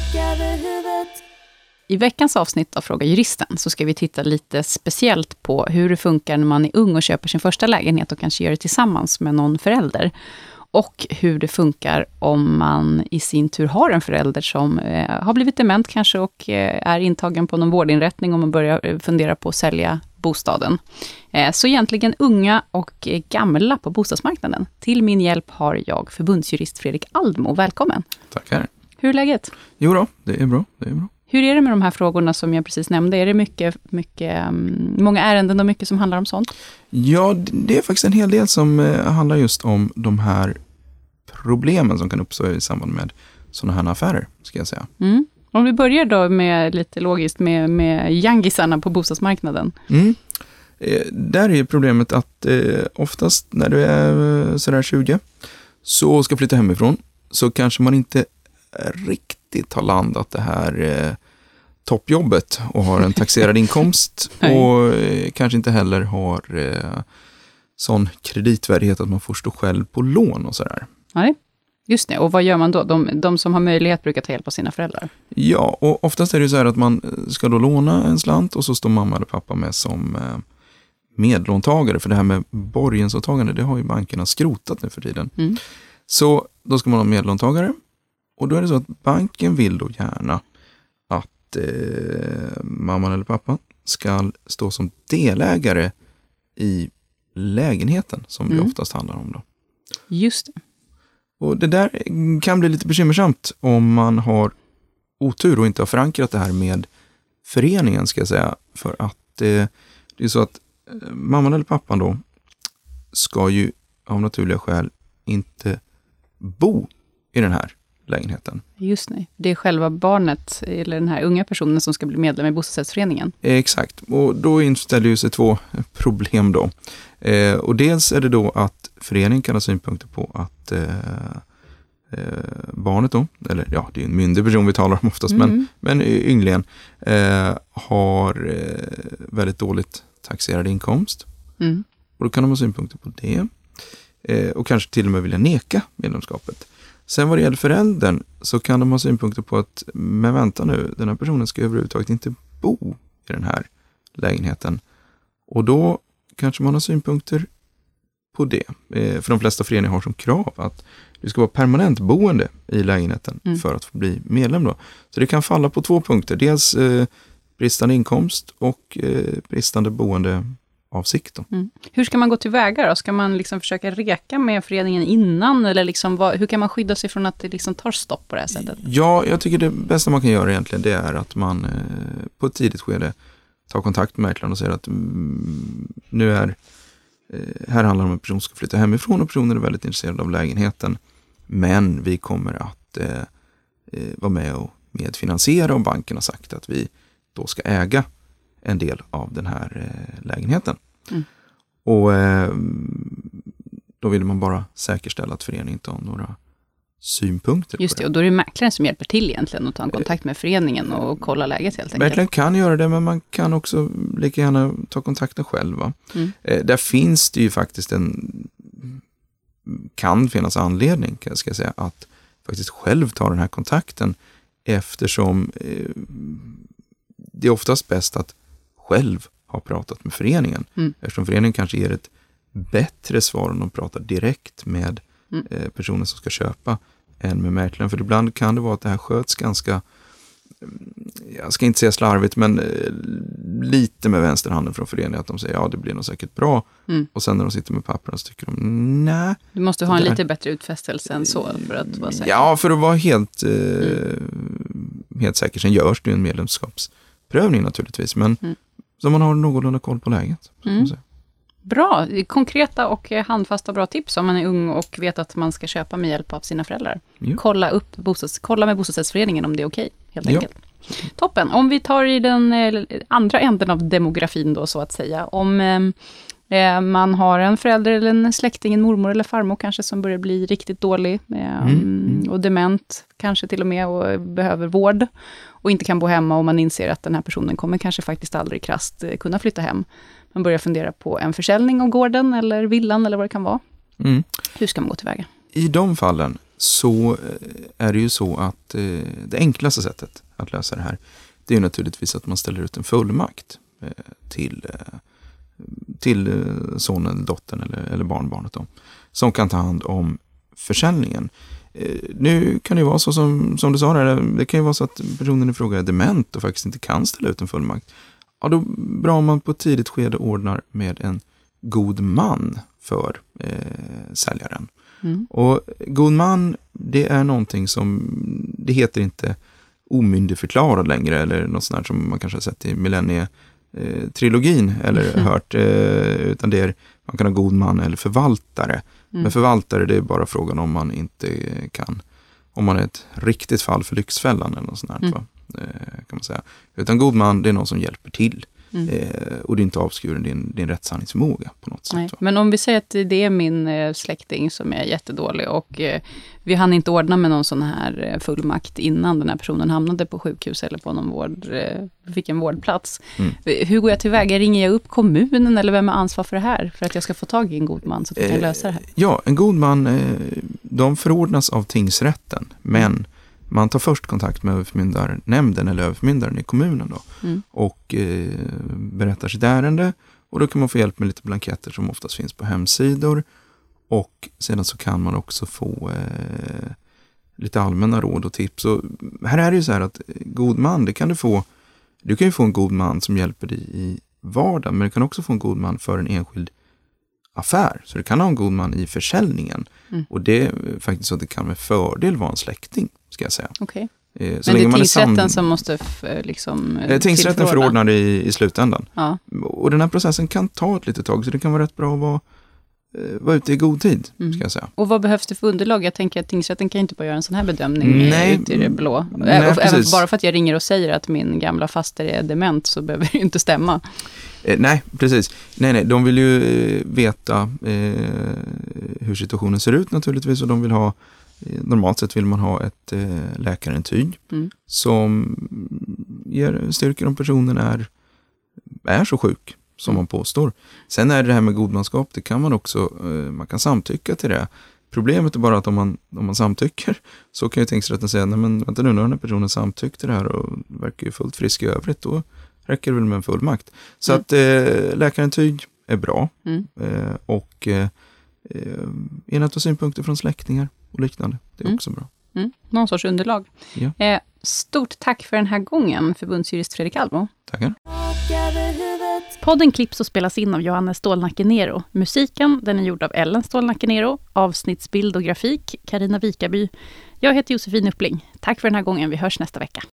Speaker 1: I veckans avsnitt av Fråga Juristen så ska vi titta lite speciellt på hur det funkar när man är ung och köper sin första lägenhet och kanske gör det tillsammans med någon förälder. Och hur det funkar om man i sin tur har en förälder som eh, har blivit dement kanske och eh, är intagen på någon vårdinrättning och man börjar eh, fundera på att sälja bostaden. Eh, så egentligen unga och eh, gamla på bostadsmarknaden. Till min hjälp har jag förbundsjurist Fredrik Aldmo. Välkommen!
Speaker 6: Tackar.
Speaker 1: Hur är läget?
Speaker 6: Jo då, det är bra. Det är bra.
Speaker 1: Hur är det med de här frågorna som jag precis nämnde? Är det mycket, mycket, um, många ärenden och mycket som handlar om sånt?
Speaker 6: Ja, det är faktiskt en hel del som eh, handlar just om de här problemen som kan uppstå i samband med sådana här affärer, ska jag säga.
Speaker 1: Mm. Om vi börjar då med lite logiskt med, med youngisarna på bostadsmarknaden.
Speaker 6: Mm. Eh, där är ju problemet att eh, oftast när du är eh, sådär tjugo så ska flytta hemifrån så kanske man inte riktigt har landat det här eh, toppjobbet och har en taxerad inkomst och eh, kanske inte heller har eh, sån kreditvärdighet att man får stå själv på lån och sådär.
Speaker 1: Nej, just det. Och vad gör man då? De, de som har möjlighet brukar ta hjälp av sina föräldrar.
Speaker 6: Ja, och oftast är det så här att man ska då låna en slant och så står mamma eller pappa med som eh, medlåntagare. För det här med borgensåtagande, det har ju bankerna skrotat nu för tiden.
Speaker 1: Mm.
Speaker 6: Så då ska man ha medlåntagare. Och då är det så att banken vill då gärna att eh, mamman eller pappan ska stå som delägare i lägenheten som
Speaker 1: Mm.
Speaker 6: det oftast handlar om då.
Speaker 1: Just det.
Speaker 6: Och det där kan bli lite bekymmersamt om man har otur och inte har förankrat det här med föreningen, ska jag säga. För att eh, det är så att eh, mamman eller pappan då ska ju av naturliga skäl inte bo i den här lägenheten.
Speaker 2: Just det. Det är själva barnet eller den här unga personen som ska bli medlem i bostadsrättsföreningen.
Speaker 6: Eh, exakt. Och då inställer ju sig två problem då. Eh, och dels är det då att föreningen kan ha synpunkter på att eh, eh, barnet då, eller ja, det är en myndig person vi talar om oftast, mm. men, men ynglingen eh, har eh, väldigt dåligt taxerad inkomst. Mm. Och då kan de ha synpunkter på det. Eh, och kanske till och med vilja neka medlemskapet. Sen vad det gäller föräldern så kan de ha synpunkter på att, men vänta nu, den här personen ska överhuvudtaget inte bo i den här lägenheten. Och då kanske man har synpunkter på det. Eh, för de flesta föreningar har som krav att det ska vara permanent boende i lägenheten mm. för att få bli medlem då. Så det kan falla på två punkter. Dels eh, bristande inkomst och eh, bristande boende avsikt då.
Speaker 2: Mm. Hur ska man gå tillväga då? Ska man liksom försöka reka med föreningen innan? Eller liksom vad, hur kan man skydda sig från att det liksom tar stopp på det här sättet?
Speaker 6: Ja, jag tycker det bästa man kan göra egentligen det är att man eh, på ett tidigt skede tar kontakt med mäklaren och säger att mm, nu är eh, här handlar det om en person som ska flytta hemifrån och personen är väldigt intresserad av lägenheten. Men vi kommer att eh, eh, vara med och medfinansiera och banken har sagt att vi då ska äga en del av den här eh, lägenheten. Mm. Och eh, då vill man bara säkerställa att föreningen inte har några synpunkter.
Speaker 2: Just det,
Speaker 6: det,
Speaker 2: och då är det mäklaren som hjälper till egentligen att ta en kontakt med föreningen och kolla läget helt enkelt.
Speaker 6: Mäklaren kan göra det, men man kan också lika gärna ta kontakten själv. Mm. Eh, där finns det ju faktiskt en kan finnas anledning, kan jag ska säga, att faktiskt själv ta den här kontakten eftersom eh, det är oftast bäst att själv ha pratat med föreningen. Mm. Eftersom föreningen kanske ger ett bättre svar om de pratar direkt med mm. eh, personen som ska köpa än med mäklaren. För ibland kan det vara att det här sköts ganska, jag ska inte säga slarvigt, men eh, lite med vänsterhanden från föreningen. Att de säger, ja det blir nog säkert bra. Mm. Och sen när de sitter med papperna så tycker de, nej.
Speaker 2: Du måste ha en där. Lite bättre utfästelse än så för att vara säker.
Speaker 6: Ja, för att vara helt, eh, mm. helt säker. Sen görs det ju en medlemskapsprövning naturligtvis. Men mm. så man har någorlunda koll på läget.
Speaker 2: Mm. Bra, konkreta och handfasta bra tips om man är ung och vet att man ska köpa med hjälp av sina föräldrar. Ja. Kolla, upp bostads, kolla med bostadsrättsföreningen om det är okej, helt enkelt. Ja. Toppen, om vi tar i den eh, andra änden av demografin då så att säga. Om eh, man har en förälder eller en släkting, en mormor eller farmor kanske som börjar bli riktigt dålig eh, mm. och dement kanske till och med och behöver vård och inte kan bo hemma och man inser att den här personen kommer kanske faktiskt aldrig krasst kunna flytta hem. Man börjar fundera på en försäljning av gården eller villan eller vad det kan vara. Mm. Hur ska man gå tillväga?
Speaker 6: I de fallen så är det ju så att eh, det enklaste sättet att lösa det här, det är ju naturligtvis att man ställer ut en fullmakt eh, till, eh, till eh, sonen, dottern eller, eller barnbarnet då, som kan ta hand om försäljningen. Eh, nu kan det ju vara så som, som du sa där, det kan ju vara så att personen i fråga är dement och faktiskt inte kan ställa ut en fullmakt. Ja, då bra om man på ett tidigt skede ordnar med en god man för eh, säljaren. Mm. Och god man, det är någonting som, det heter inte omyndigförklarad längre eller något sånt som man kanske har sett i millennie-trilogin eh, eller mm. hört, eh, utan det är, man kan ha god man eller förvaltare. Mm. Men förvaltare, det är bara frågan om man inte kan, om man är ett riktigt fall för Lyxfällan eller något sånt här, mm. va? Kan man säga. Utan god man, det är någon som hjälper till. Mm. Eh, och det är inte avskuren din, din rättshandlingsförmåga på något sätt.
Speaker 2: Nej, men om vi säger att det är min eh, släkting som är jättedålig och eh, vi hann inte ordna med någon sån här eh, fullmakt innan den här personen hamnade på sjukhus eller på någon vård, eh, fick en vårdplats. Mm. Hur går jag tillväga? Ringer jag upp kommunen eller vem har ansvar för det här? För att jag ska få tag i en god man så att vi kan eh, lösa det här.
Speaker 6: Ja, en god man, eh, de förordnas av tingsrätten, men man tar först kontakt med överförmyndarnämnden eller överförmyndaren i kommunen då, mm. och eh, berättar sitt ärende. Och då kan man få hjälp med lite blanketter som oftast finns på hemsidor. Och sedan så kan man också få eh, lite allmänna råd och tips. Och här är det ju så här att god man, det kan du få. Du kan ju få en god man som hjälper dig i vardagen, men du kan också få en god man för en enskild affär. Så det kan ha en god man i försäljningen. Mm. Och det är faktiskt så att det kan med fördel vara en släkting, ska jag säga.
Speaker 2: Okej.
Speaker 6: Okay.
Speaker 2: Men det är tingsrätten sam- som måste f- liksom
Speaker 6: eh, Tingsrätten förordnar det i, i slutändan.
Speaker 2: Ja.
Speaker 6: Och den här processen kan ta ett litet tag, så det kan vara rätt bra att vara, eh, vara ute i god tid, mm. ska jag säga.
Speaker 2: Och vad behövs det för underlag? Jag tänker att tingsrätten kan inte bara göra en sån här bedömning
Speaker 6: nej,
Speaker 2: ut i det blå.
Speaker 6: Nej,
Speaker 2: Även bara för att jag ringer och säger att min gamla faster är dement så behöver det inte stämma.
Speaker 6: Eh, nej, precis. Nej, nej, de vill ju eh, veta eh, hur situationen ser ut naturligtvis, och de vill ha normalt sett vill man ha ett eh, läkarintyg mm. som ger, styrker om personen är, är så sjuk som mm. man påstår. Sen är det här med godmanskap, det kan man också, eh, man kan samtycka till det. Problemet är bara att om man, om man samtycker så kan ju tingsrätten säga, nej men vänta nu, när den här personen samtycker till det här och verkar ju fullt frisk i övrigt, då räcker det väl med en fullmakt. Så mm. att eh, läkarintyg är bra mm. eh, och eh, enat och synpunkter från släktingar och liknande. Det är mm. också bra.
Speaker 2: Mm. Någon sorts underlag.
Speaker 6: Ja.
Speaker 2: Eh, stort tack för den här gången, förbundsjurist Fredrik Almo.
Speaker 6: Tackar.
Speaker 1: Podden klipps och spelas in av Johannes Stålnacke Nero. Musiken, den är gjord av Ellen Stålnacke Nero. Avsnittsbild och grafik, Carina Vikaby. Jag heter Josefin Uppling. Tack för den här gången. Vi hörs nästa vecka.